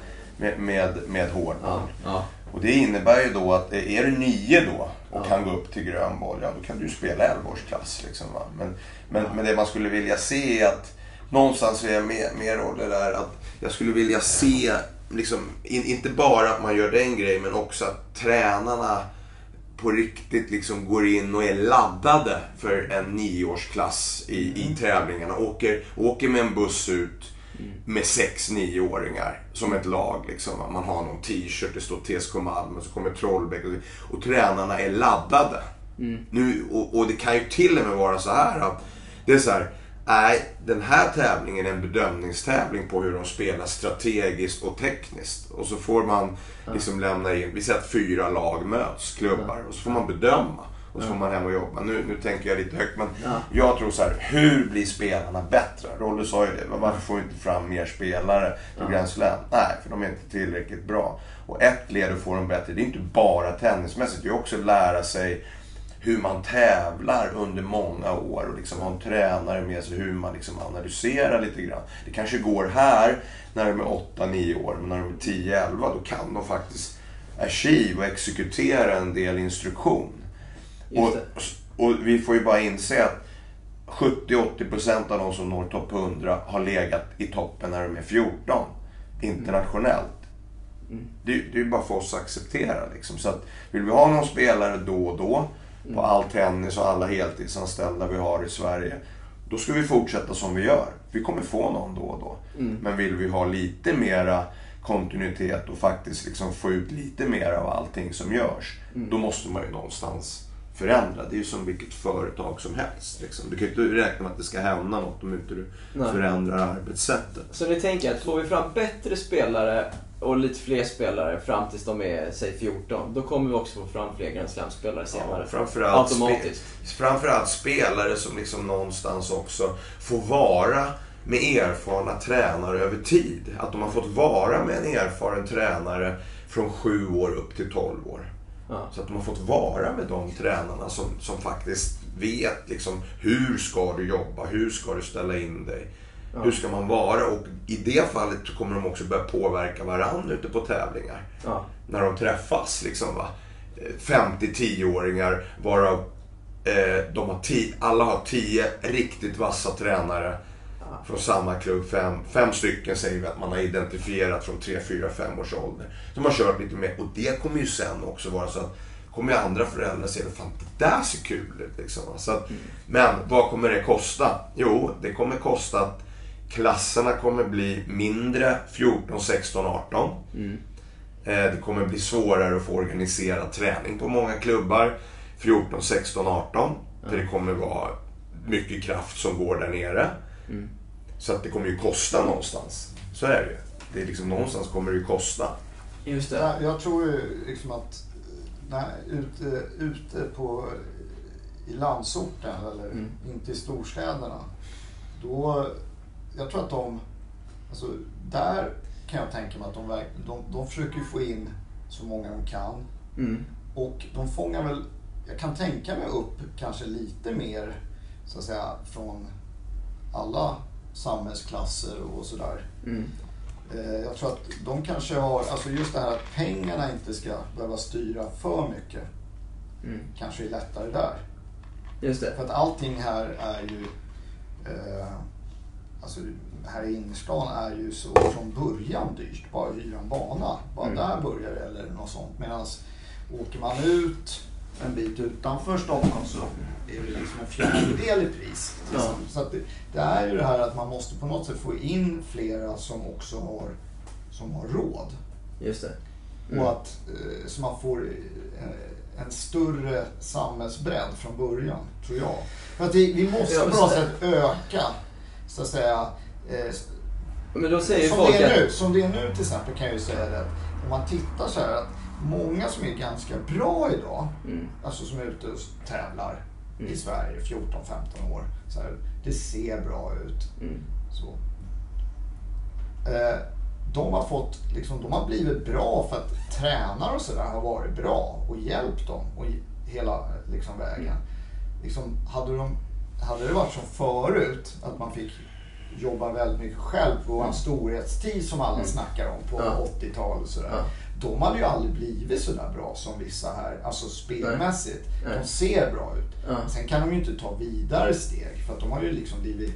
med hård boll. Ja. Och det innebär ju då att är du 9 då och kan gå upp till grön boll, ja, då kan du spela 11-årsklass. Liksom, va? Men det man skulle vilja se är att någonstans är jag mer roll det där att jag skulle vilja se liksom, inte bara att man gör den grejen men också att tränarna på riktigt liksom går in och är laddade för en 9-årsklass i tävlingarna. Åker med en buss ut med 6-9-åringar som ett lag. Liksom. Man har någon t-shirt, det står TSK Malmö, så kommer Trollbäck och tränarna är laddade. Nu, och det kan ju till och med vara så här att det är så här, den här tävlingen är en bedömningstävling på hur de spelar strategiskt och tekniskt. Och så får man liksom lämna in, vi säger att 4 lag möts, klubbar, och så får man bedöma. Och så får man hem och jobba. Nu tänker jag lite högt, men jag tror så här, hur blir spelarna bättre? Rolle sa ju det, varför får vi inte fram mer spelare på Grand Slam? Nej, för de är inte tillräckligt bra. Och ett led att få dem bättre, det är inte bara tennismässigt, det är också att lära sig hur man tävlar under många år och liksom ha en tränare med sig, hur man liksom analyserar lite grann. Det kanske går här när de är 8-9 år, men när de är 10-11 då kan de faktiskt achieve och exekutera en del instruktion. Och vi får ju bara inse att 70-80% av de som når topp 100 har legat i toppen när de är 14 internationellt. Det är ju bara för oss att acceptera liksom. Så att vill vi ha någon spelare då och då på all tennis och alla heltidsanställda vi har i Sverige, då ska vi fortsätta som vi gör. Vi kommer få någon då och då. Men vill vi ha lite mera kontinuitet och faktiskt liksom få ut lite mer av allting som görs, då måste man ju någonstans förändra. Det är ju som vilket företag som helst. Liksom. Du kan ju inte räkna med att det ska hända något om inte du förändrar arbetssättet. Så ni tänker att får vi fram bättre spelare och lite fler spelare fram tills de är, säg 14, då kommer vi också få fram fler Grand Slam-spelare senare. Ja, automatiskt. Framförallt spelare som liksom någonstans också får vara med erfarna tränare över tid. Att de har fått vara med en erfaren tränare från 7 år upp till 12 år. Ja. Så att de har fått vara med de tränarna som faktiskt vet liksom, hur ska du jobba, hur ska du ställa in dig, hur ska man vara. Och i det fallet kommer de också börja påverka varandra ute på tävlingar. När de träffas liksom, va? 50-10-åringar varav alla har 10 riktigt vassa tränare från samma klubb. 5 stycken säger vi att man har identifierat från 3-4-5 års ålder. De har kört lite mer, och det kommer ju sen också vara så att kommer ju andra föräldrar se att fan, det där ser kul ut liksom. Så att, men vad kommer det kosta? Jo, det kommer kosta att klasserna kommer bli mindre 14, 16, 18. Det kommer bli svårare att få organiserad träning på många klubbar 14, 16, 18. För det kommer vara mycket kraft som går där nere. Så att det kommer ju kosta någonstans. Så är det ju. Det är liksom, någonstans kommer det ju kosta. Just det. Jag tror ju liksom att ute på i landsorten eller inte i storstäderna, då jag tror att alltså där kan jag tänka mig att de försöker få in så många de kan. Och de fångar väl, jag kan tänka mig upp kanske lite mer så att säga från alla samhällsklasser och sådär. Jag tror att de kanske har, alltså just det här att pengarna inte ska behöva styra för mycket. Kanske är lättare där. Just det. För att allting här är ju alltså här i innerstan är ju så från början dyrt. Bara hyra en bana. Bara där börjar det eller något sånt. Medan åker man ut en bit utanför Stockholm så är det liksom en fjärdedel i pris. Så att det är ju det här att man måste på något sätt få in flera som också har råd. Just det. Och att så man får en större samhällsbredd från början, tror jag. För att vi måste på något sätt öka, så att säga. Men då säger som det är nu till exempel, kan jag ju säga det. Om man tittar så här att många som är ganska bra idag, alltså som är ute och tävlar i Sverige 14-15 år, så här, det ser bra ut. Så. De har fått, liksom, de har blivit bra för att tränare och sådär har varit bra och hjälpt dem och hela liksom, vägen. Liksom, hade det varit som förut att man fick jobba väldigt mycket själv på en storhetstid som alla snackar om på 80-talet sådär. De hade ju aldrig blivit sådär bra som vissa här, alltså spelmässigt. De ser bra ut. Sen kan de ju inte ta vidare steg för att de har ju liksom blivit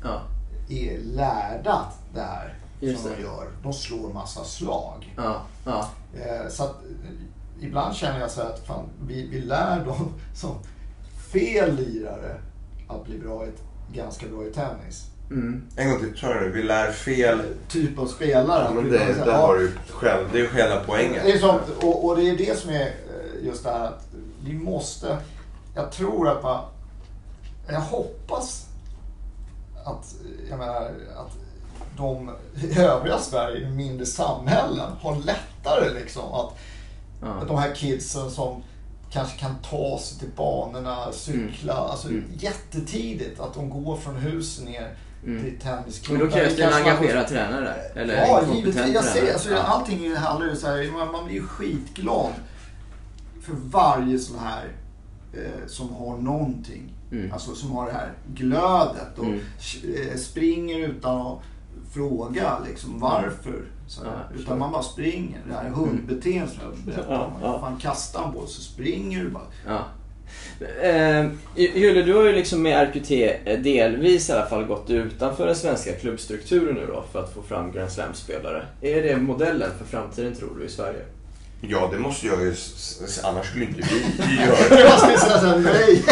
lärda det här. Just som de gör. De slår massa slag. Så att ibland känner jag så att fan, vi lär dem som fel lirare att bli bra ganska bra i tennis. En gång till, tror du, vi lär fel typ av spelare. Ja, men det har du själv, det är ju själva poängen. Det är sånt, och det är det som är just det här att vi måste, jag tror att jag hoppas att, jag menar, att de övriga Sverige, mindre samhällen, har lättare liksom att de här kidsen som kanske kan ta sig till banorna, cykla, alltså jättetidigt, att de går från huset ner till tennisklubben. Men då krävs det en engagerad tränare eller ja, givetvis. Jag ser, alltså, allting handlar ju så här, man blir ju skitglad för varje sån här som har någonting. Alltså som har det här glödet och springer utan att fråga liksom varför. Utan man bara springer. Det här hundbeteendet som jag berättade om. Fan, kastar en boll så springer du bara. Julle, du har ju liksom med RQT delvis i alla fall gått utanför den svenska klubbstrukturen nu då för att få fram Grand Slam-spelare. Är det modellen för framtiden, tror du, i Sverige? Ja, det måste jag ju, annars skulle inte vi göra det. Jag skulle säga såhär, nej.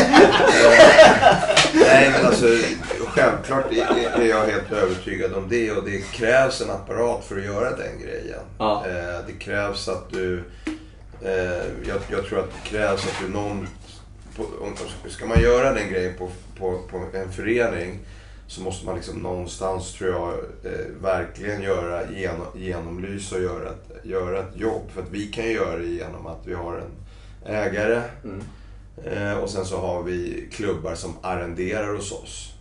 Nej, men alltså självklart är jag helt övertygad om det, och det krävs en apparat för att göra den grejen. Det krävs att du, jag tror att det krävs att du ska man göra den grejen på en förening, så måste man liksom någonstans, tror jag, verkligen genomlysa och göra ett jobb. För att vi kan göra det genom att vi har en ägare. Och sen så har vi klubbar som arrenderar hos oss.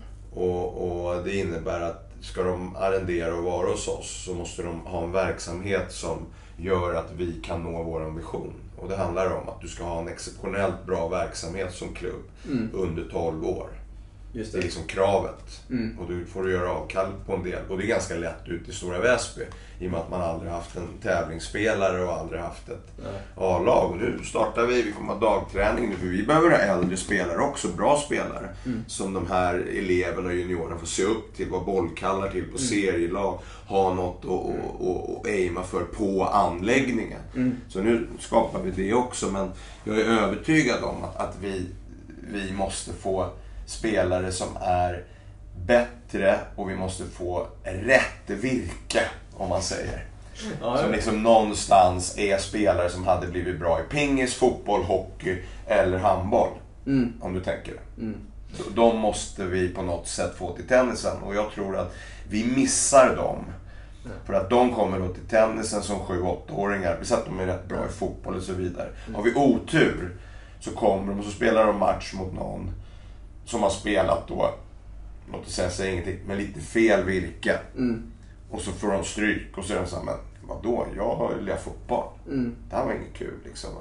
Och det innebär att ska de arrendera och vara hos oss, så måste de ha en verksamhet som gör att vi kan nå vår vision. Och det handlar om att du ska ha en exceptionellt bra verksamhet som klubb under 12 år. Just det. Det är liksom kravet. Och du får göra avkall på en del. Och det är ganska lätt ut i Stora Väsby, i och med att man aldrig haft en tävlingsspelare och aldrig haft ett A-lag. Och nu startar vi kommer ha dagträning nu, för vi behöver ha äldre spelare också, bra spelare. Som de här eleverna och juniorerna får se upp till, vad bollkallar till på serielag, ha något och aima för på anläggningen. Så nu skapar vi det också, men jag är övertygad om att vi måste få spelare som är bättre, och vi måste få rätt virke, om man säger. Som liksom någonstans är spelare som hade blivit bra i pingis, fotboll, hockey eller handboll. Om du tänker det. De måste vi på något sätt få till tennisen, och jag tror att vi missar dem. För att de kommer då till tennisen som 7-8-åringar, vi att de är rätt bra i fotboll och så vidare. Har vi otur så kommer de och så spelar de match mot någon som har spelat då, låt oss säga ingenting, med lite fel virke. Och så får de stryk, och så är de så här, men vadå, jag har ju lirat fotboll. Det här var inget kul liksom.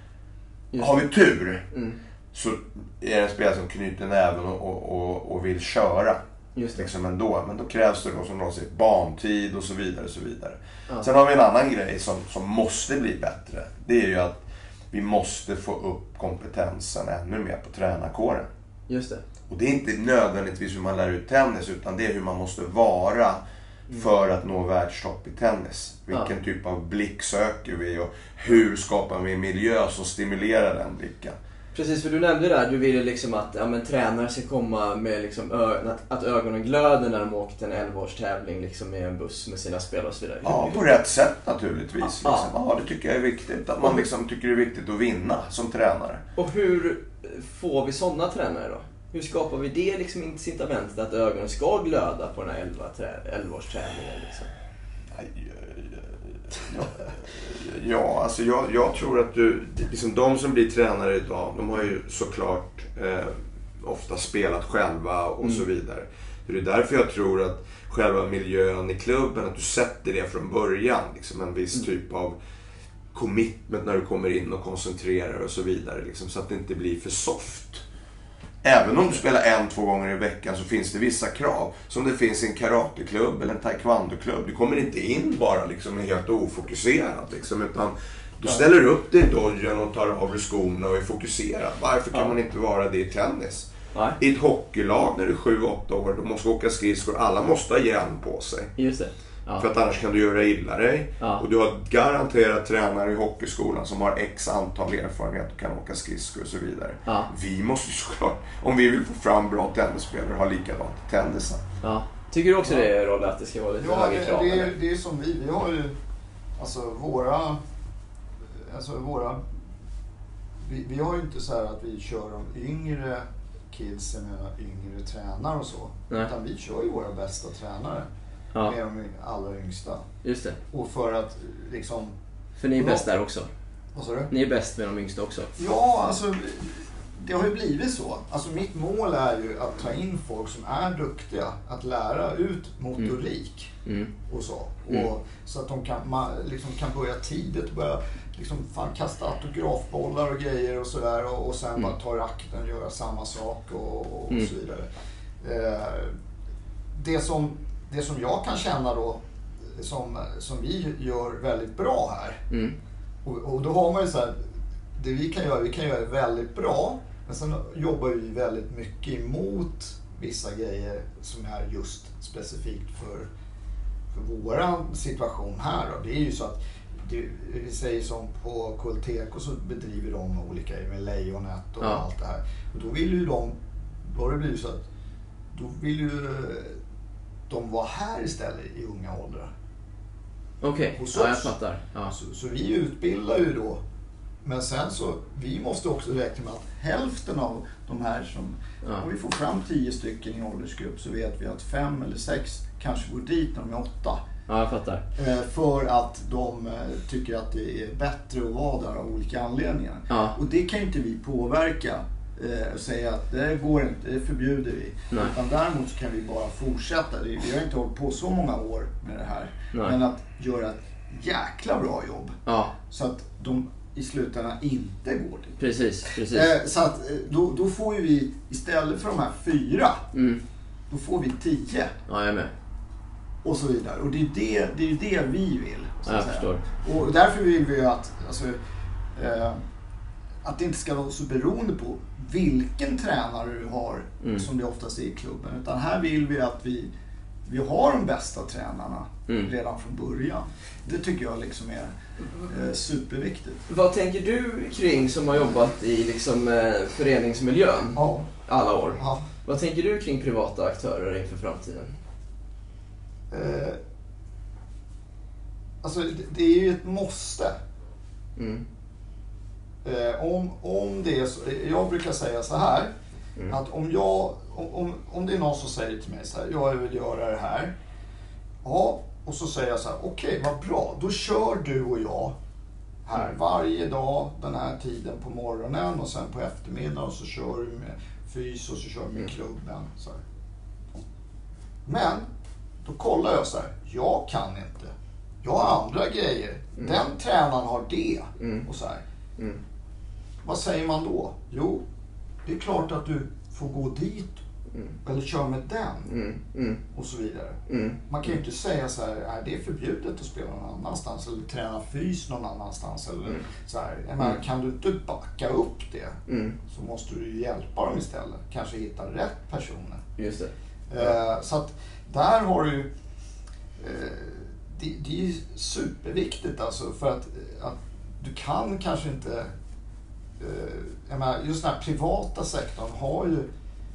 Har vi tur så är det en spelare som knyter näven och vill köra. Just det. Liksom ändå. Men då krävs det då, som de säger, bantid och så vidare. Sen har vi en annan grej som måste bli bättre. Det är ju att vi måste få upp kompetensen ännu mer på tränarkåren. Just det. Och det är inte nödvändigtvis hur man lär ut tennis, utan det är hur man måste vara för att nå världstopp i tennis. Vilken typ av blick söker vi, och hur skapar vi en miljö som stimulerar den blicken. Precis, för du nämnde där, du ville liksom att tränare ska komma med liksom att ögonen glöder när de åker till en 11-årstävling liksom med en buss med sina spelare och så vidare. Ja, på rätt sätt naturligtvis. Liksom. Ja, det tycker jag är viktigt. Att man liksom tycker det är viktigt att vinna som tränare. Och hur får vi sådana tränare då? Hur skapar vi det liksom incitamentet att ögonen ska glöda på den här 11-årstävlingen liksom? Ja, alltså jag tror att liksom de som blir tränare idag, de har ju såklart ofta spelat själva och så vidare. Det är därför jag tror att själva miljön i klubben, att du sätter det från början, liksom en viss typ av commitment när du kommer in och koncentrerar och så vidare, liksom, så att det inte blir för soft. Även om du spelar 1-2 gånger i veckan så finns det vissa krav. Som det finns i en karateklubb eller en taekwondo-klubb. Du kommer inte in bara liksom helt ofokuserad. Liksom, utan du ställer upp dig i dojen och tar av dig skorna och är fokuserad. Varför kan man inte vara det i tennis? Nej. I ett hockeylag när du är 7-8 år, du måste åka skridskor. Alla måste ha hjälm på sig. Just det. Ja. För att annars kan du göra illa dig. Ja. Och du har garanterat tränare i hockeyskolan som har x antal erfarenhet och kan åka skridskor och så vidare. Ja. Vi måste såklart, om vi vill få fram bra tennisspelare, ha likadant i tennisen. Ja. Tycker du också det är roll att det ska vara lite högre krav? Det är som vi har ju vi har ju inte så här att vi kör de yngre kidsen med yngre tränare och så. Nej. Utan vi kör ju våra bästa tränare. Ja. Med de allra yngsta. Just det. Och för att liksom... För ni är bäst där också. Vad sa du? Ni är bäst med de yngsta också. Ja, alltså det har ju blivit så. Alltså mitt mål är ju att ta in folk som är duktiga att lära ut motorik och så. Och så att de kan börja tidigt, börja liksom kasta autografbollar och grejer och sådär. Och sen bara ta racketen och göra samma sak och så vidare. Det som jag kan känna då, som vi gör väldigt bra här. Och då har man ju så här, det vi kan göra det väldigt bra. Men sen jobbar vi väldigt mycket emot vissa grejer som är just specifikt för våran situation här då. Det är ju så att vi säger som på Kulteko så bedriver de olika med Lejonet och allt det här. Och då vill ju de var här istället i unga åldrar. Okej, ja, jag fattar. Ja. Så vi utbildar ju då Men sen så, vi måste också räkna med att hälften av de här som, om vi får fram 10 stycken i åldersgrupp så vet vi att 5 eller 6 kanske går dit när de är 8. Ja, jag fattar. För att de tycker att det är bättre att vara där av olika anledningar. Ja. Och det kan inte vi påverka och säga att det går inte, det förbjuder vi. Nej. Utan däremot så kan vi bara fortsätta. Vi har inte hållit på så många år med det här. Nej. Men att göra ett jäkla bra jobb. Ja. Så att de i slutändan inte går dit. Precis. Så att då får ju vi istället för de här 4, då får vi 10. Ja, jag är med. Och så vidare. Och det är ju det vi vill. Så Jag att säga. förstår. Och därför vill vi ju att, alltså, att det inte ska vara så beroende på vilken tränare du har, som det oftast är i klubben. Utan här vill vi att vi har de bästa tränarna redan från början. Det tycker jag liksom är superviktigt. Vad tänker du kring, som har jobbat i liksom, föreningsmiljön alla år? Ja. Vad tänker du kring privata aktörer inför framtiden? Alltså det är ju ett måste. Om det är så, jag brukar säga så här, att om det är någon som säger till mig så här, jag vill göra det här. Ja, och så säger jag så här, okej, vad bra, då kör du och jag här varje dag den här tiden på morgonen och sen på eftermiddagen, och så kör du med fys och så kör du med klubben så här. Men då kollar jag så här, jag kan inte. Jag har andra grejer. Den tränaren har det. Och så här. Vad säger man då? Jo, det är klart att du får gå dit eller köra med den och så vidare. Man kan ju inte säga så här, det är förbjudet att spela någon annanstans eller träna fys någon annanstans eller så här. Men kan du inte backa upp det så måste du hjälpa dem istället. Kanske hitta rätt personer. Just det. Så att där har du det är superviktigt alltså, för att du kan kanske inte just den här privata sektorn har ju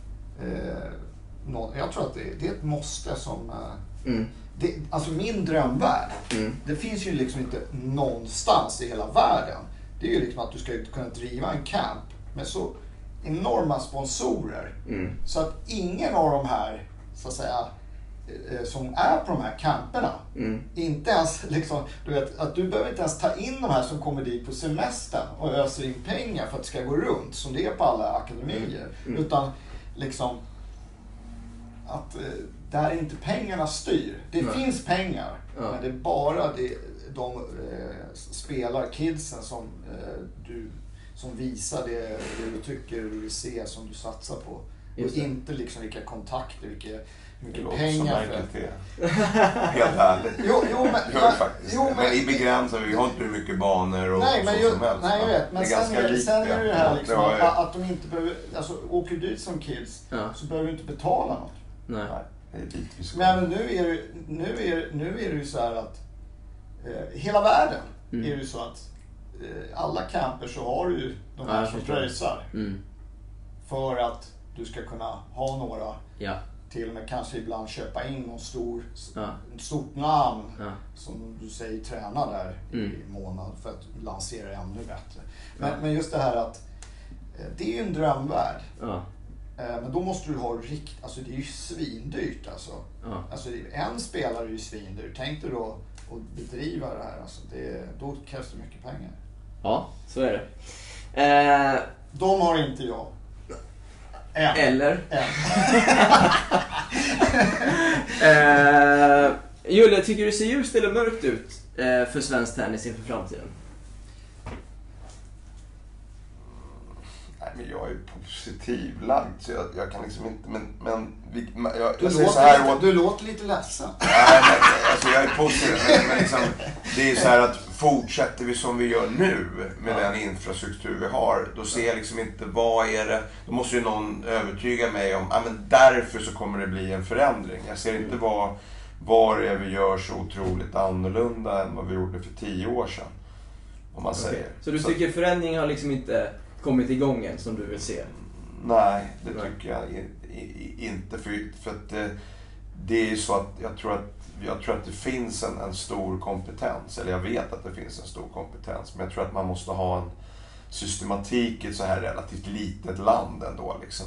jag tror att det är ett måste som alltså min drömvärld, det finns ju liksom inte någonstans i hela världen. Det är ju liksom att du ska kunna driva en camp med så enorma sponsorer så att ingen av de här så att säga som är på de här camperna inte ens liksom, du vet, att du behöver inte ens ta in de här som kommer dit på semestern och öser in pengar för att det ska gå runt som det är på alla akademier, utan liksom att där inte pengarna styr. Det finns pengar, men det är bara de kidsen som som visar det du tycker du vill se, som du satsar på. Och inte liksom vilka kontakter, mycket pengar för. Helt ärligt. Jo, men i begränsar vi har inte hur mycket banor och nej, men så som helst. Nej, jag vet. Men det är sen är det det här liksom är... att de inte behöver, alltså åker du dit som kids så behöver du inte betala något. Nej. Det är dit vi ska. Men nu är det ju så här att hela världen är det ju så att alla camper så har du ju de här som pröjsar för att du ska kunna ha några till och med kanske ibland köpa in någon stort namn som du säger träna där i månad för att lansera ännu bättre. Men just det här att det är ju en drömvärld. Men då måste du ha alltså det är ju svindyrt alltså. Alltså en spelare är ju svindyrt. Tänk dig då att bedriva det här alltså, då krävs det mycket pengar. Ja, så är det. De har inte jag. Eller? Julia, tycker du ser ljust eller mörkt ut för svensk tennis inför framtiden? Nej, men jag är positivlagd så jag kan liksom inte, men du låter lite ledsen. Nej, men, alltså jag är positiv, men liksom, det är så här att fortsätter vi som vi gör nu med den infrastruktur vi har, då ser jag liksom inte vad är det, då måste ju någon övertyga mig om, men därför så kommer det bli en förändring. Jag ser inte vad det är vi gör så otroligt annorlunda än vad vi gjorde för 10 år sedan, om man säger. Så du tycker förändringen har liksom inte kommit igång än som du vill se? Nej, det tycker jag inte, för att det är ju så att jag tror att det finns en stor kompetens, eller jag vet att det finns en stor kompetens, men jag tror att man måste ha systematik i ett så här relativt litet land ändå liksom.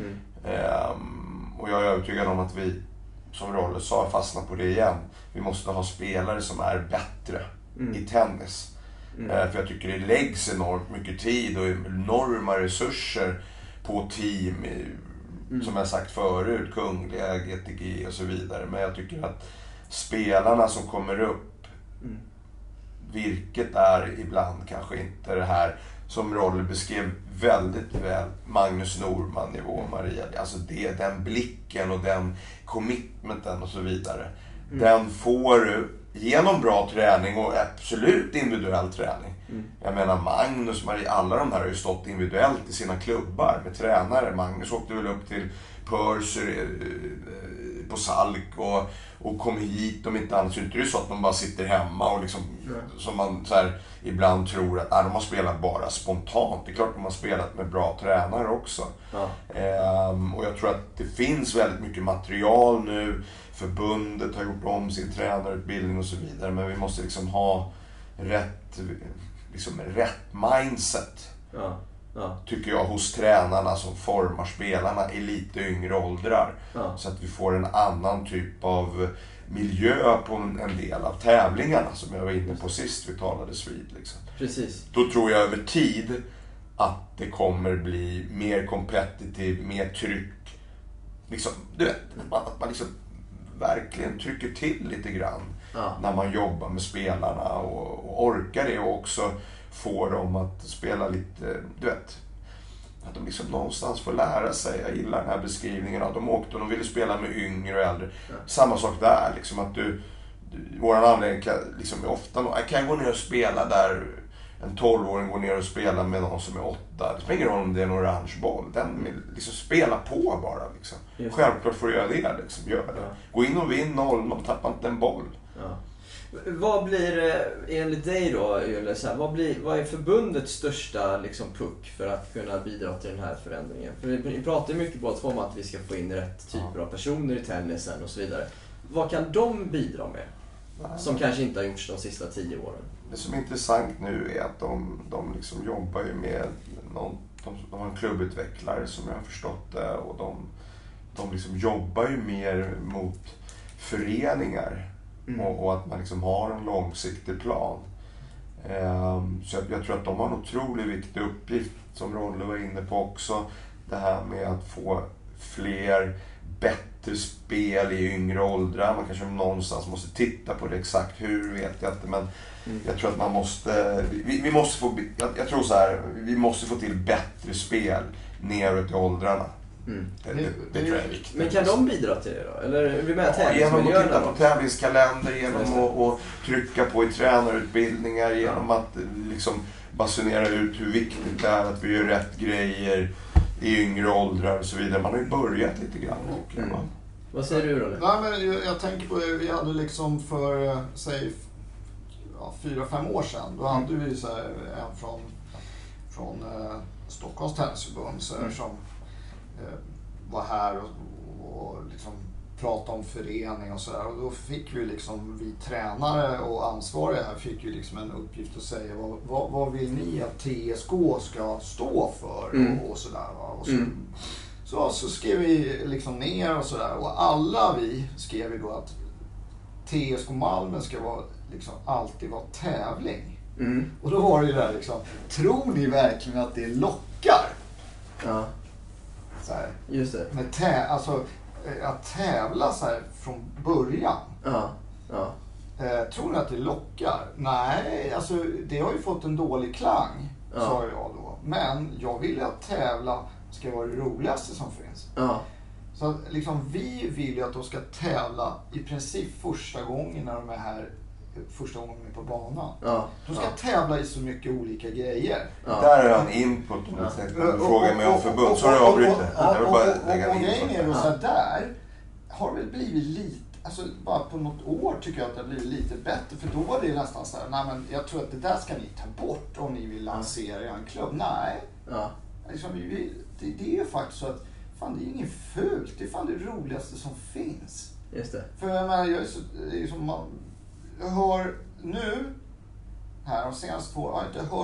Och jag är övertygad om att vi, som Rolle sa, fastnar på det igen. Vi måste ha spelare som är bättre i tennis. För jag tycker det läggs enormt mycket tid och enorma resurser på team, som jag sagt förut, Kungliga, GTG och så vidare. Men jag tycker att spelarna som kommer upp, vilket är ibland kanske inte det här som Rolle beskrev väldigt väl, Magnus Norman nivå, Maria. Alltså det, den blicken och den commitmenten och så vidare. Den får du genom bra träning och absolut individuell träning. Jag menar Magnus, Maria, alla de här har ju stått individuellt i sina klubbar med tränare. Magnus åkte väl upp till Purser på Salk och kom hit om inte annat. Så inte det är så att de bara sitter hemma och liksom, som man så här, ibland tror att de har spelat bara spontant. Det är klart de har spelat med bra tränare också. Och jag tror att det finns väldigt mycket material nu. Förbundet har gjort om sin tränarutbildning och så vidare. Men vi måste liksom ha rätt mindset. Tycker jag, hos tränarna som formar spelarna i lite yngre åldrar. Så att vi får en annan typ av miljö på en del av tävlingarna, som jag var inne på sist vi talade vid. Liksom. Precis. Då tror jag över tid att det kommer bli mer kompetitiv, mer tryck. Liksom, du vet, att man liksom verkligen trycker till lite grann när man jobbar med spelarna och orkar det, och också får dem att spela lite, du vet, att de liksom någonstans får lära sig. Jag gillar den här beskrivningen att de åkte och de ville spela med yngre och äldre. Samma sak där, liksom att våran anledning kan liksom ofta, jag kan gå ner och spela där en 12-åring går ner och spelar med någon som är 8. Det spelar ingen roll om det är en orange boll. Den liksom spela på bara liksom. Självklart får du göra det liksom, gör det. Gå in och vinn 0, tappa inte en boll. Vad blir enligt dig då, Julle, vad är förbundets största liksom puck för att kunna bidra till den här förändringen? För vi pratar mycket på om att vi ska få in rätt typer av personer i tennisen och så vidare. Vad kan de bidra med? Som kanske inte har gjorts de sista 10 åren. Det som är intressant nu är att de liksom jobbar ju med de har en klubbutvecklare som jag har förstått det, och de liksom jobbar ju mer mot föreningar. Och att man liksom har en långsiktig plan. Så jag tror att de har en otroligt viktig uppgift, som Rolle var inne på också. Det här med att få fler bättre spel i yngre åldrar. Man kanske någonstans måste titta på det, exakt hur vet jag inte. Men jag tror att man måste, vi måste få, jag tror så här, vi måste få till bättre spel neråt i åldrarna. Det tror jag är viktigt. Men kan de bidra till det då? Eller är vi med genom att titta på tävlingskalender, genom att trycka på i tränarutbildningar, genom att liksom basunera ut hur viktigt det är att vi gör rätt grejer i yngre åldrar och så vidare. Man har ju börjat lite grann. Vad säger du, Rolle? Nej, men jag tänker på, vi hade liksom för, säg 4-5 år sedan, då hade vi så här, en från Stockholms tennisförbund som var här och liksom pratade om förening och sådär. Och då fick vi liksom, vi tränare och ansvariga här fick ju liksom en uppgift att säga vad vill ni att TSK ska stå för och sådär. Och så skrev vi liksom ner och sådär, och alla vi skrev ju då att TSK Malmö ska vara liksom alltid vara tävling. Och då var det ju där liksom, tror ni verkligen att det lockar? Ja. Så här, just det. Med alltså att tävla så här från början. Tror ni att det lockar? Nej, alltså det har ju fått en dålig klang, sa jag då. Men jag vill att tävla ska vara det roligaste som finns. Så liksom, vi vill ju att de ska tävla i princip första gången när de är här, första gången de är på banan. De ska tävla i så mycket olika grejer. Där är en input om du frågar mig om förbund, så har jag avbrutit. Jag vill bara lägga en grejen är då så här, där har väl blivit lite, alltså bara på något år tycker jag att det har blivit lite bättre. För då var det nästan så här, nej men jag tror att det där ska ni ta bort om ni vill lansera en klubb. Nej. Liksom, det är ju faktiskt så att fan, det är inget fult. Det är fan det roligaste som finns. Just det. För jag hör nu här de senaste 2 år har jag inte hört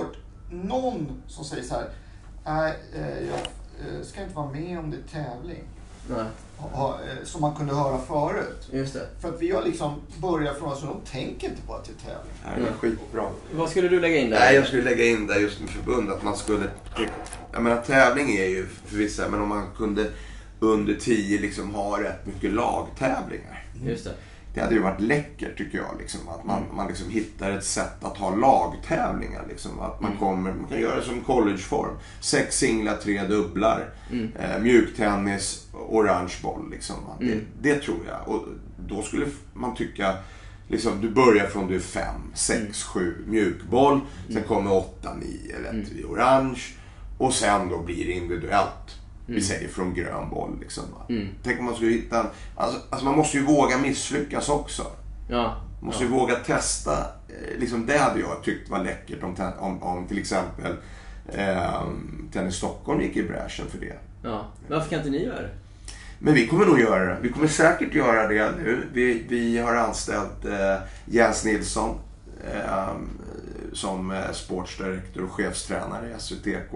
någon som säger så här, nej, jag ska inte vara med om det är tävling. Nej. Som man kunde höra förut. Just det. För att vi har liksom börjat från oss, så de tänker inte på att det är tävling. Nej, det är skitbra. Vad skulle du lägga in där? Nej, jag skulle lägga in där just med förbund att man skulle... Jag menar, tävling är ju för vissa, men om man kunde under 10 liksom ha rätt mycket lagtävlingar. Just det. Det hade ju varit läckert tycker jag. Liksom, att man liksom hittar ett sätt att ha lagtävlingar. Liksom, att man kan göra det som collegeform. 6 singlar, 3 dubblar. Mjuktennis, orange boll. Liksom. Det tror jag. Och då skulle man tycka... Liksom, du börjar från du är 5, 6, 7 mjukboll. Sen kommer 8, 9 eller orange. Och sen då blir det individuellt. Vi säger från grön boll liksom. Tänk om man skulle hitta alltså man måste ju våga misslyckas också. Ja. Man måste ju våga testa. Liksom det hade jag tyckt var läckert om till exempel Tennis Stockholm gick i bräschen för det. Ja. Varför kan inte ni göra det? Men vi kommer nog göra det. Vi kommer säkert göra det nu. Vi har anställt Jens Nilsson som sportsdirektor och chefstränare i SVTK.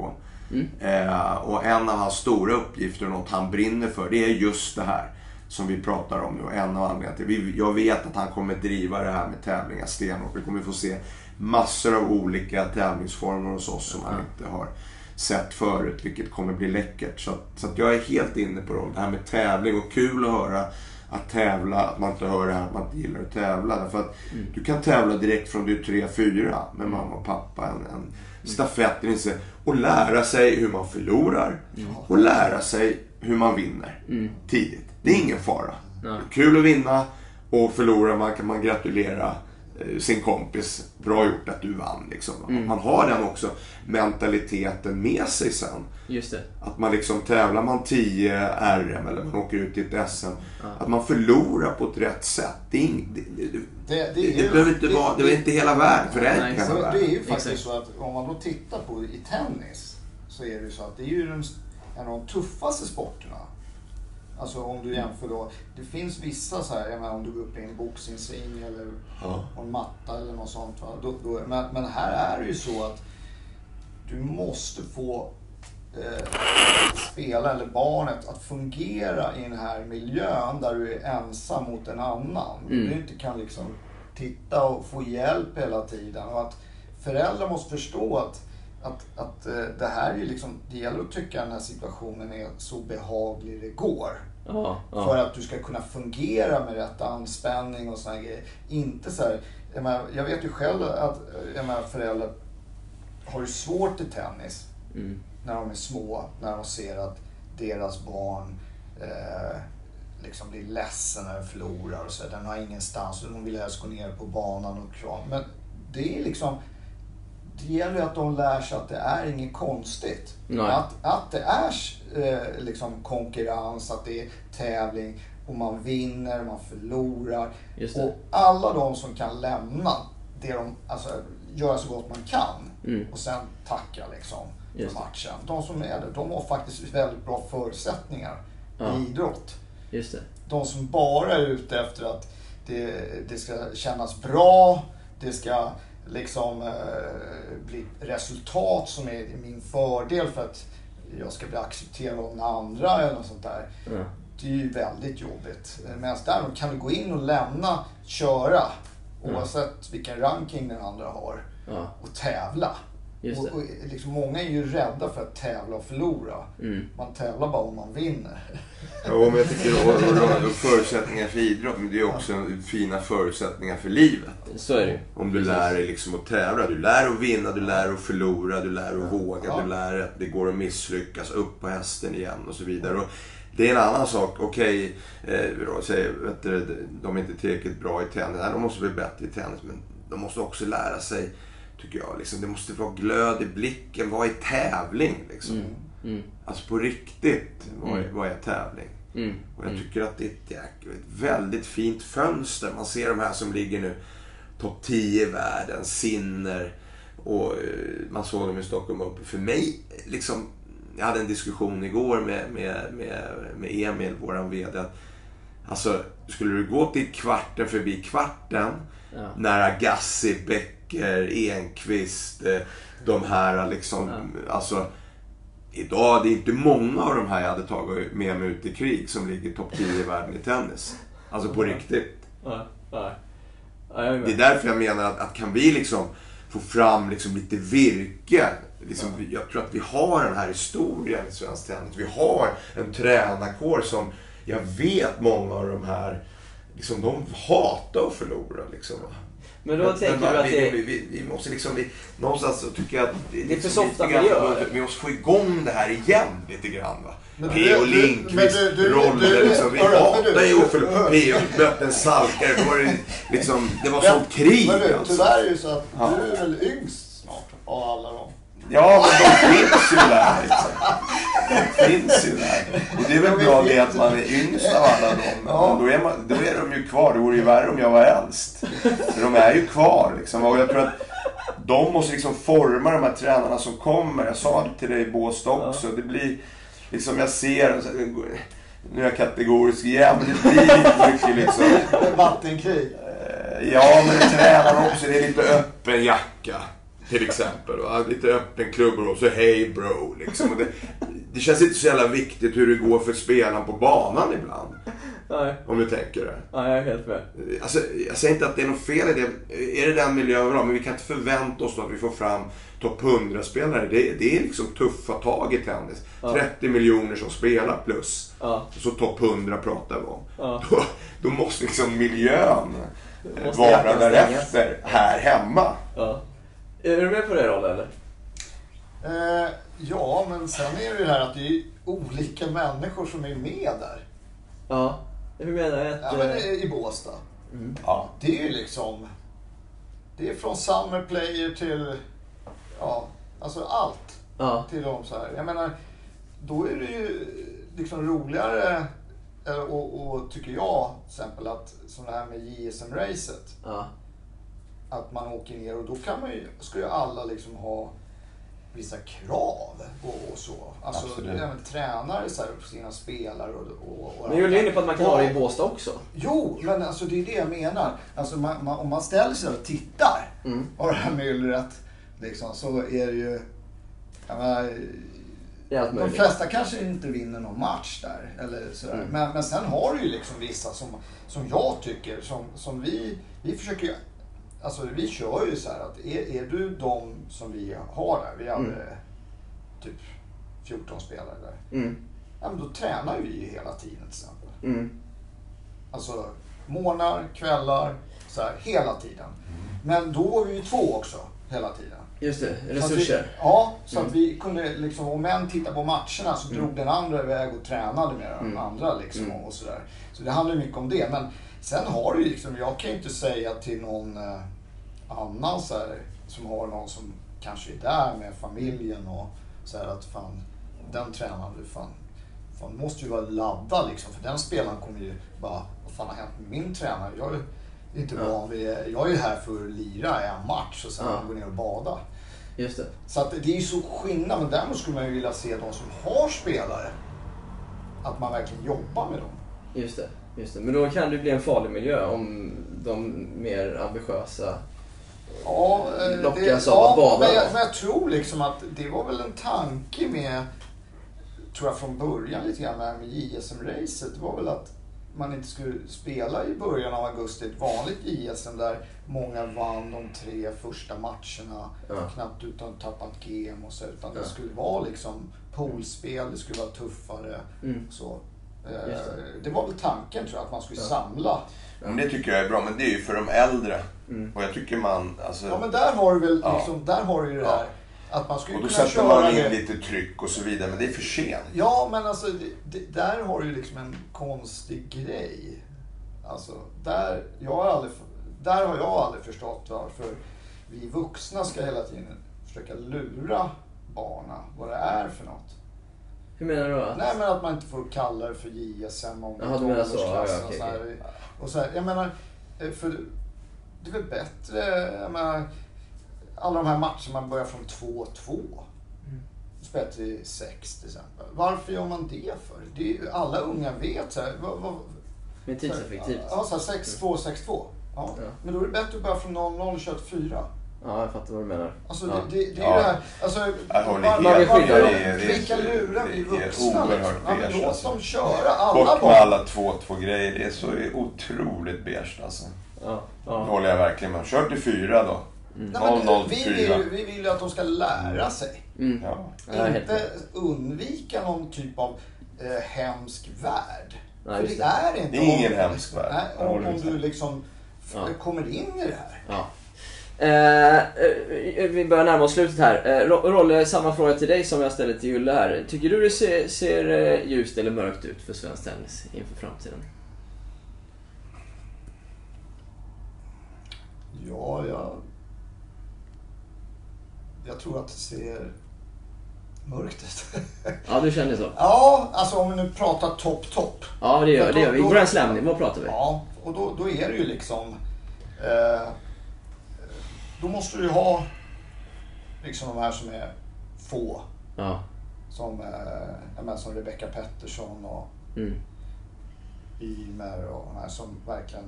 Och en av hans stora uppgifter och något han brinner för, det är just det här som vi pratar om nu. Och en av anledningarna till, jag vet att han kommer driva det här med tävlingar stenhårt. Vi kommer få se massor av olika tävlingsformer hos oss som man inte har sett förut, vilket kommer bli läckert. Så att jag är helt inne på det här med tävling, och kul att höra att tävla, att man inte hör det här att man inte gillar att tävla. Därför att du kan tävla direkt från du är 3-4 med mamma och pappa, en stafett och lära sig hur man förlorar och lära sig hur man vinner tidigt. Det är ingen fara. Det är kul att vinna, och förlora kan man gratulera sin kompis. Bra gjort att du vann liksom. Man har den också mentaliteten med sig sen. Just det. Att man liksom tävlar man 10 RM eller man åker ut i ett SM, att man förlorar på ett rätt sätt. Det behöver inte vara, det är inte hela världen, för det är inte hela världen. Det är ju faktiskt så att om man då tittar på i tennis, så är det ju så att det är ju en av de tuffaste sporterna. Alltså om du jämför då, det finns vissa så här, jag menar, om du går upp i en boxningsring eller en matta eller något sånt, va? Men här är det ju så att du måste få spela eller barnet att fungera i den här miljön där du är ensam mot en annan. Du inte kan liksom titta och få hjälp hela tiden, och att föräldrar måste förstå att det här är ju liksom, det gäller att tycka att den här situationen är så behaglig det går. För att du ska kunna fungera med rätt anspänning och såna grejer. Inte så här, jag vet ju själv att föräldrar har ju svårt i tennis när de är små, när de ser att deras barn liksom blir ledsen när de förlorar och så. Den har ingenstans och de vill helst gå ner på banan och kram. Men det är liksom, det gäller ju att de lär sig att det är inget konstigt. Att det är liksom konkurrens, att det är tävling och man vinner, man förlorar. Och alla de som kan lämna det de, alltså göra så gott man kan och sen tacka liksom för matchen. De som är det, de har faktiskt väldigt bra förutsättningar i idrott. Just det. De som bara är ute efter att det ska kännas bra, det ska liksom bli resultat som är min fördel för att jag ska bli accepterad av den andra eller något sånt där. Det är ju väldigt jobbigt. Medan där kan du gå in och lämna, köra oavsett vilken ranking den andra har och tävla. Och liksom, många är ju rädda för att tävla och förlora. Man tävlar bara om man vinner. Ja, men jag tycker och förutsättningar för idrott, men det är också fina förutsättningar för livet. Så är det. Om du lär dig liksom att tävla, du lär att vinna, du lär att förlora, du lär att våga, du lär att det går att misslyckas, upp på hästen igen och så vidare. Och det är en annan sak, okej, de är inte tillräckligt bra i tennis, de måste bli bättre i tennis, men de måste också lära sig, tycker jag, liksom, det måste vara glöd i blicken, vad är tävling liksom. Alltså på riktigt, vad är tävling? Och jag tycker att det är ett väldigt fint fönster. Man ser de här som ligger nu topp 10 i världen, Sinner, och man såg dem i Stockholm uppe. För mig liksom, jag hade en diskussion igår med Emil, våran vd, att alltså, skulle du gå till kvarten förbi kvarten, När Agassi, Becker, Enqvist, de här liksom, alltså idag, det är inte många av de här jag hade tagit med mig ut i krig som ligger topp 10 i världen i tennis. Alltså på riktigt. Det är därför jag menar att kan vi liksom få fram liksom lite virke. Liksom, jag tror att vi har den här historien i svensk tennis. Vi har en tränarkår som jag vet många av de här liksom, de hatar att förlora liksom. Men då tänker du att vi måste liksom någonstans så tycker jag att det är för softa miljöer. Vi måste få igång det här igen lite grann va. P.O. Lindqvist roller liksom. Vi hatar ju att förlora. P.O. mötte en salkare. Då var det liksom, det var som krig. Men du, tyvärr är ju så att du är väl yngst snart av alla dem. Ja, men de finns ju där liksom. De finns ju där. Och det är väl bra det att man är yngst av alla dem. Men då är de ju kvar. Det vore ju värre om jag var äldst. Men de är ju kvar liksom. Och jag tror att de måste liksom forma de här tränarna som kommer. Jag sa det till dig i Båstad också. Det blir liksom, jag ser, nu är jag kategorisk igen, men det blir mycket liksom. Vattenkrig. Ja, men tränarna också. Det är lite öppen jacka. Till exempel, va? Lite öppen klubbor och så hej bro liksom. Och det känns inte så jävla viktigt hur det går för spelaren på banan ibland. Nej. Om du tänker det. Ja, jag är helt med. Alltså, jag säger inte att det är något fel i det. Är det den miljön vi har? Men vi kan inte förvänta oss att vi får fram topp 100-spelare. Det är liksom tuffa tag i tennis. 30 miljoner som spelar plus. Och så topp 100 pratar vi om. Då måste liksom miljön vara därefter här hemma. Är du med på det då eller? Ja, men sen är det ju här att det är olika människor som är med där. Ja, hur menar jag? Ja, men i Båstad. Ja, det är ju liksom, det är från summer player till, ja, alltså allt. Till dem så här. Jag menar, då är det ju liksom roligare och tycker jag till exempel att sån här med JSM-racet. Att man åker ner och då kan man ju, ska ju alla liksom ha vissa krav och så. Alltså även tränare så här, på sina spelare och men jag är inne på att man kan ha det i Båstad också. Jo, men alltså det är det jag menar. Alltså om man ställer sig och tittar på det här myllret liksom, så är det ju, jag menar, de flesta kanske inte vinner någon match där eller sådär. Men sen har du ju liksom vissa som jag tycker som vi försöker ju. Alltså vi kör ju så här att är du de som vi har där, vi hade typ 14 spelare där. Ja, men då tränar vi ju hela tiden till exempel. Alltså morgnar, kvällar, så här hela tiden. Men då var vi ju 2 också hela tiden. Just det, resurser. Så att vi kunde liksom, om en tittar på matcherna så drog den andra iväg och tränade med den andra liksom och sådär. Så det handlar ju mycket om det. Men sen har du liksom, jag kan ju inte säga till någon annan så här, som har någon som kanske är där med familjen och så här, att fan, den tränaren du fan måste ju vara laddad liksom, för den spelaren kommer ju bara, vad fan har hänt med min tränare? Jag är inte van vid, jag är ju här för att lira en match och sen gå ner och bada. Just det. Så att det är ju så skillnad, men däremot skulle man ju vilja se de som har spelare, att man verkligen jobbar med dem. Just det. Men då kan det bli en farlig miljö om de mer ambitiösa lockas av att bada. Men jag tror liksom att det var väl en tanke med, tror jag från början lite grann med JSM-racet. Det var väl att man inte skulle spela i början av augusti ett vanligt JSM där många vann de 3 första matcherna knappt utan att tappa ett game och så, utan det skulle vara liksom poolspel, det skulle vara tuffare så. Det var väl tanken tror jag, att man skulle samla. Men det tycker jag är bra, men det är ju för de äldre. Och jag tycker man, alltså. Ja, men där har du väl liksom, där har du ju det här att man skulle och då kunna sätter köra man in lite tryck och så vidare, men det är för sent. Ja, men alltså där har du ju liksom en konstig grej. Alltså där har jag aldrig förstått varför vi vuxna ska hela tiden försöka lura barnen vad det är för något. Hur menar du då? Nej, men att man inte får kalla det för JSM om du menar så. Ja, okay. Och så här, jag menar, för det är väl bättre, jag menar, alla de här matcherna man börjar från 2-2. Spelar till 6 till exempel. Varför gör man det för? Det är ju, alla unga vet så här, men tidseffektivt. Ja, så här 6-2, 6-2. Ja. Men då är det bättre att börja från 0-0 och köra ett 4. Ja, jag fattar vad du menar. Alltså det är ju det här. Alltså, vi kan lura vi vuxna. Låt dem köra alla bort med alla 2-2 grejer. Det är så otroligt beige alltså. Det håller jag verkligen med. Kör till 4 då. 0-0 till 4. Vi vill ju att de ska lära sig. Inte undvika någon typ av hemsk värld. Nej, för det är inte. Det är ingen hemsk värld. Om du liksom kommer in i det här. Ja. Vi börjar närma oss slutet här. Rolle, samma fråga till dig som jag ställde till Julle här. Tycker du det ser ljust eller mörkt ut för svensk tennis inför framtiden? Ja, jag tror att det ser mörkt ut. Ja, du känner så? Ja, alltså om vi nu pratar topp. Ja, det gör vi. Grand Slam-nivå pratar vi. Ja, och då är det ju liksom... då måste du ha liksom de här som är få. Ja. Som Rebecca Pettersson och Ymer och de här som verkligen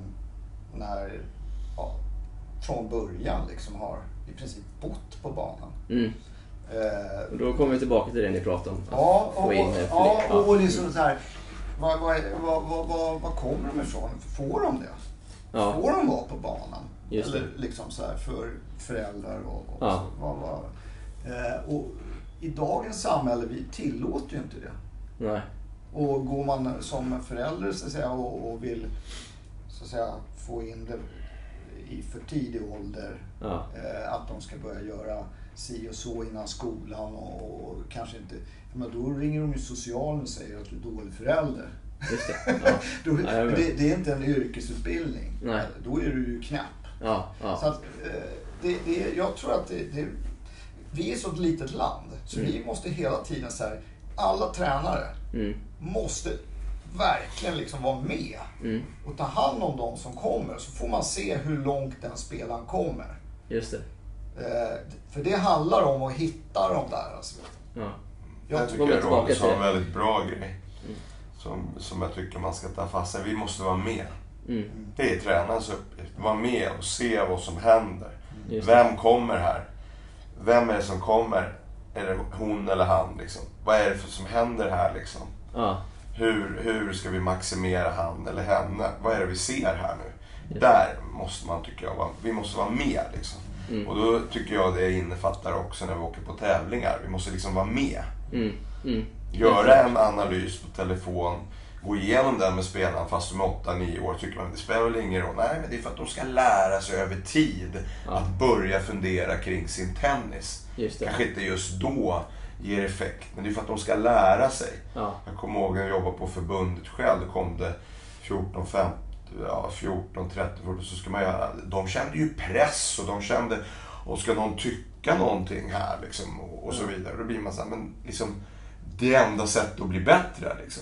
från början liksom har i princip bott på banan. Och då kommer vi tillbaka till det ni pratade om. Och liksom så här, vad kommer de ifrån? Får de det? Ja. Får de vara på banan? Just det. Eller liksom så här för föräldrar och och i dagens samhälle vi tillåter ju inte det. Nej. Och går man som förälder så att säga och vill så att säga få in det i för tidig ålder att de ska börja göra si och så innan skolan och kanske inte, men då ringer de ju socialen och säger att du är dålig förälder. Just det. Det är inte en yrkesutbildning. Nej. Då är du ju knäpp. Ja. Så att, jag tror att vi är så ett litet land så vi måste hela tiden så här, alla tränare måste verkligen liksom vara med och ta hand om de som kommer, så får man se hur långt den spelaren kommer. Just det. För det handlar om att hitta dem där alltså. Jag tycker Ronny sa en väldigt bra grej som jag tycker man ska ta fast sig. Vi måste vara med. Det är tränarens uppgift. Vara med och se vad som händer. Vem kommer här? Vem är det som kommer? Är det hon eller han liksom? Vad är det som händer här liksom? Hur ska vi maximera han eller henne? Vad är det vi ser här nu? Där måste man, tycker jag, vi måste vara med liksom. Och då tycker jag det innefattar också när vi åker på tävlingar. Vi måste liksom vara med. Göra en analys på telefon. Gå igenom den med spelaren fast de är 8-9 år. Tycker man det spelar väl ingen roll. Nej, men det är för att de ska lära sig över tid att börja fundera kring sin tennis. Kanske inte just då ger effekt. Men det är för att de ska lära sig. Jag kommer ihåg när jag jobbade på förbundet själv. Då kom det 14-30 så ska man göra. De kände ju press och de kände och ska någon tycka någonting här liksom och så vidare. Då blir man så här, men liksom det enda sättet att bli bättre liksom.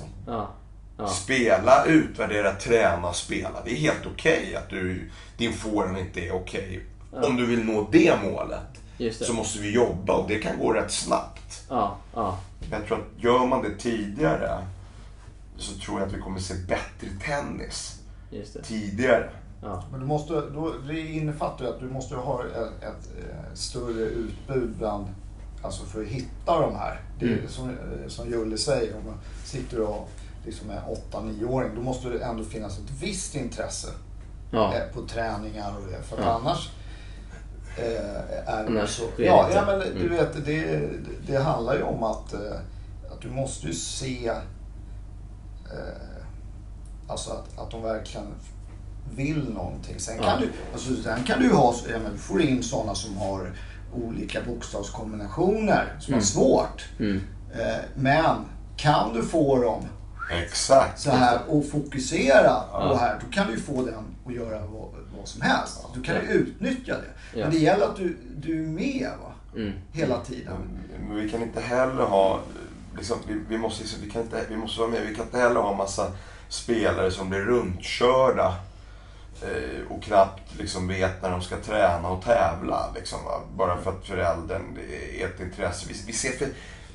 Spela, utvärdera, träna, spela. Det är helt okej att din form inte är okej. Om du vill nå det målet så måste vi jobba och det kan gå rätt snabbt. Jag tror att gör man det tidigare så tror jag att vi kommer se bättre tennis tidigare. Men du måste, det innefattar ju att du måste ha ett större utbud bland, alltså för att hitta de här. Det är som Julle säger, om man sitter och liksom är 8-9-åring, då måste det ändå finnas ett visst intresse på träningar och det. För att annars är det så. Men du vet, det handlar ju om att du måste ju se alltså att de verkligen vill någonting. Sen kan du ha, du får in sådana som har olika bokstavskombinationer som är svårt. Men kan du få dem så här och fokusera på här, då kan du få den och göra vad som helst. Du kan ju utnyttja det. Men det gäller att du är med hela tiden. Men vi kan inte heller ha liksom, vi måste vara med. Vi kan inte heller ha massa spelare som blir runtkörda och knappt liksom vet när de ska träna och tävla liksom, bara för att föräldern är ett intresse. Vi ser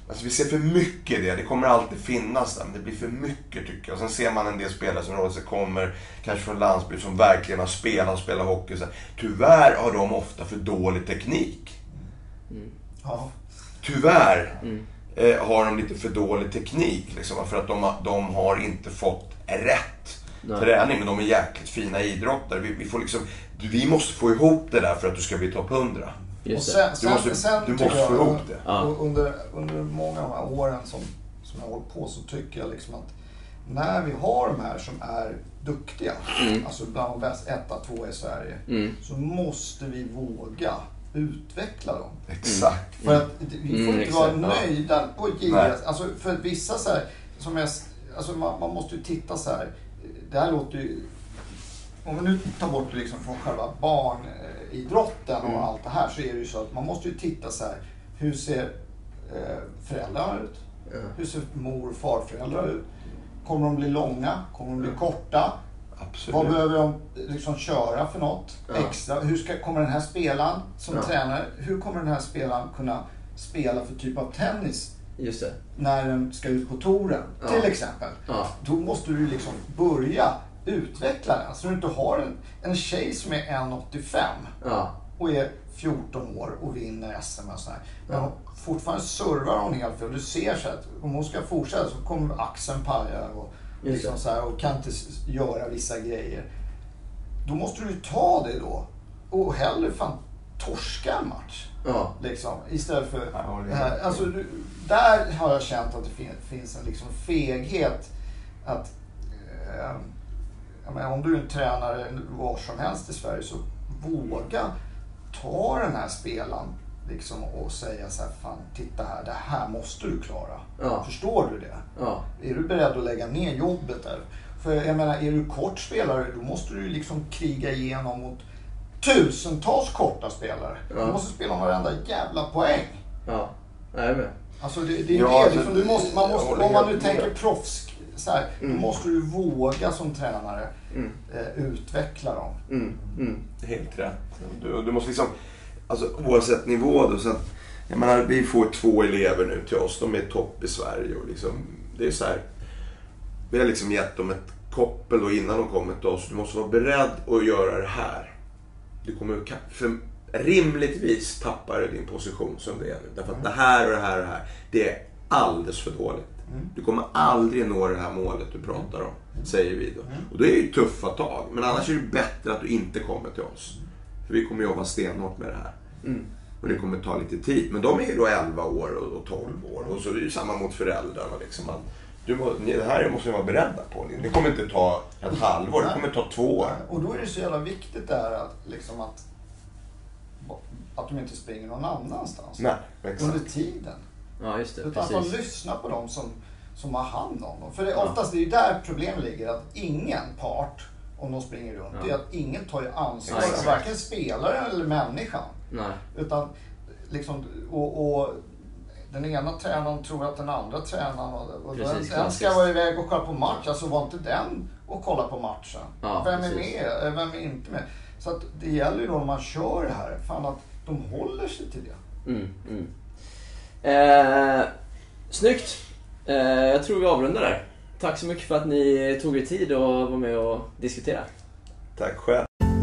Alltså vi ser för mycket det kommer alltid finnas där, men det blir för mycket tycker jag. Och sen ser man en del spelare som rör sig kommer kanske från landsbygd som verkligen har spelat hockey. Så tyvärr har de ofta för dålig teknik. Ja. Tyvärr har de lite för dålig teknik liksom, för att de har inte fått rätt träning, men de är jäkligt fina idrottare. Vi måste få ihop det där för att du ska bli topp 100. Och sen du måste få ihop det. Ja. Under många av de här åren som jag har hållit på, så tycker jag liksom att när vi har de här som är duktiga, alltså bland de bäst 1-2 i Sverige, så måste vi våga utveckla dem. Exakt. För att vi får inte vara nöjda och alltså för vissa så här, man måste ju titta så här. Det här låter ju, om vi nu tar bort det liksom från själva barnidrotten och allt det här, så är det ju så att man måste ju titta så här. Hur ser föräldrarna ut? Hur ser mor- och farföräldrar ut? Kommer de bli långa? Kommer de bli korta? Absolut. Vad behöver de liksom köra för något extra? Kommer den här spelaren som tränare, hur kommer den här spelaren kunna spela för typ av tennis? Just det. När den ska ut på touren, till exempel. Då måste du liksom börja utveckla den. Så du inte har en tjej som är 1,85 och är 14 år och vinner SM och sådär. Men fortfarande servar hon helt fel. Du ser så att om hon ska fortsätta så kommer axeln paja och, liksom så här, och kan inte göra vissa grejer. Då måste du ta det då. Och hellre torska en match. Liksom, istället för alltså, där har jag känt att det finns en liksom feghet att om du är en tränare var som helst i Sverige, så våga ta den här spelaren liksom och säga så här, fan titta här, det här måste du klara. Förstår du det? Är du beredd att lägga ner jobbet där? För jag menar, är du kort spelare, då måste du liksom kriga igenom mot tusentals korta spelare. Du måste spela om varenda jävla poäng. Jag är med. Alltså det är det liksom, man måste, om man nu tänker proffs så här, då måste du våga som tränare utveckla dem. Helt rätt. Du måste liksom, alltså oavsett nivå då, så att, jag menar, vi får 2 elever nu till oss, de är topp i Sverige och liksom, det är så här, vi har liksom gett dem ett koppel och innan de kommer till oss, du måste vara beredd att göra det här. Du kommer rimligtvis tappar din position som det är nu. Därför att det här och det här och det här, det är alldeles för dåligt. Du kommer aldrig nå det här målet du pratar om, säger vi då. Och det är ju tuffa tag, men annars är det bättre att du inte kommer till oss. För vi kommer jobba stenhårt med det här. Och det kommer ta lite tid. Men de är ju då 11 år och 12 år. Och så är det ju samma mot föräldrarna liksom. Det här måste ni vara beredda på. Det kommer inte ta ett halvår, det kommer ta 2 år. Och då är det så jävla viktigt där att, liksom att de inte springer någon annanstans. Nej, exakt. Under tiden. Ja, just det. Utan att de lyssnar på dem som har hand om dem. För det, oftast är det ju där problemet ligger, att ingen part, om de springer runt, det är att ingen tar ju ansvar. Varken spelaren eller människan. Nej. Utan liksom, och den ena tränaren tror att den andra tränaren och den ska vara iväg och kolla på match. Alltså var inte den och kolla på matchen. Vem är med? Vem är inte med? Så att det gäller ju då när man kör det här, fan att de håller sig till det. Snyggt. Jag tror vi avrundar där. Tack så mycket för att ni tog er tid och var med och diskutera. Tack själv.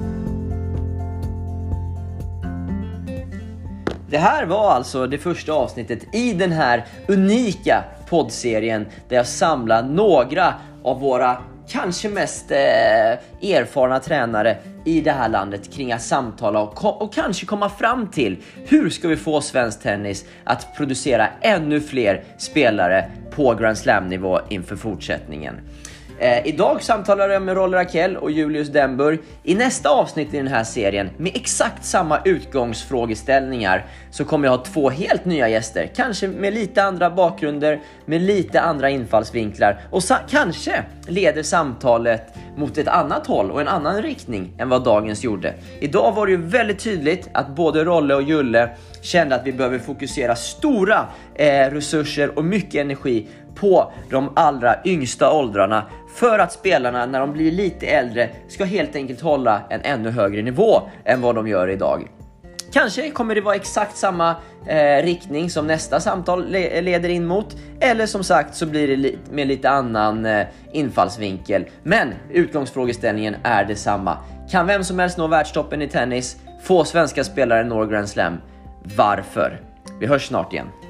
Det här var alltså det första avsnittet i den här unika poddserien där jag samlar några av våra kanske mest erfarna tränare i det här landet kring att samtala och kanske komma fram till hur ska vi få svensk tennis att producera ännu fler spelare på Grand Slam-nivå inför fortsättningen. Idag samtalar jag med Rolle Rakell och Julius Denburg. I nästa avsnitt i den här serien med exakt samma utgångsfrågeställningar så kommer jag ha 2 helt nya gäster. Kanske med lite andra bakgrunder, med lite andra infallsvinklar. Och kanske leder samtalet mot ett annat håll och en annan riktning än vad dagens gjorde. Idag var det ju väldigt tydligt att både Rolle och Julle kände att vi behöver fokusera stora resurser och mycket energi på de allra yngsta åldrarna för att spelarna när de blir lite äldre ska helt enkelt hålla en ännu högre nivå än vad de gör idag. Kanske kommer det vara exakt samma riktning som nästa samtal leder in mot. Eller som sagt så blir det med lite annan infallsvinkel. Men utgångsfrågeställningen är detsamma. Kan vem som helst nå världstoppen i tennis? Få svenska spelare når Grand Slam? Varför? Vi hörs snart igen.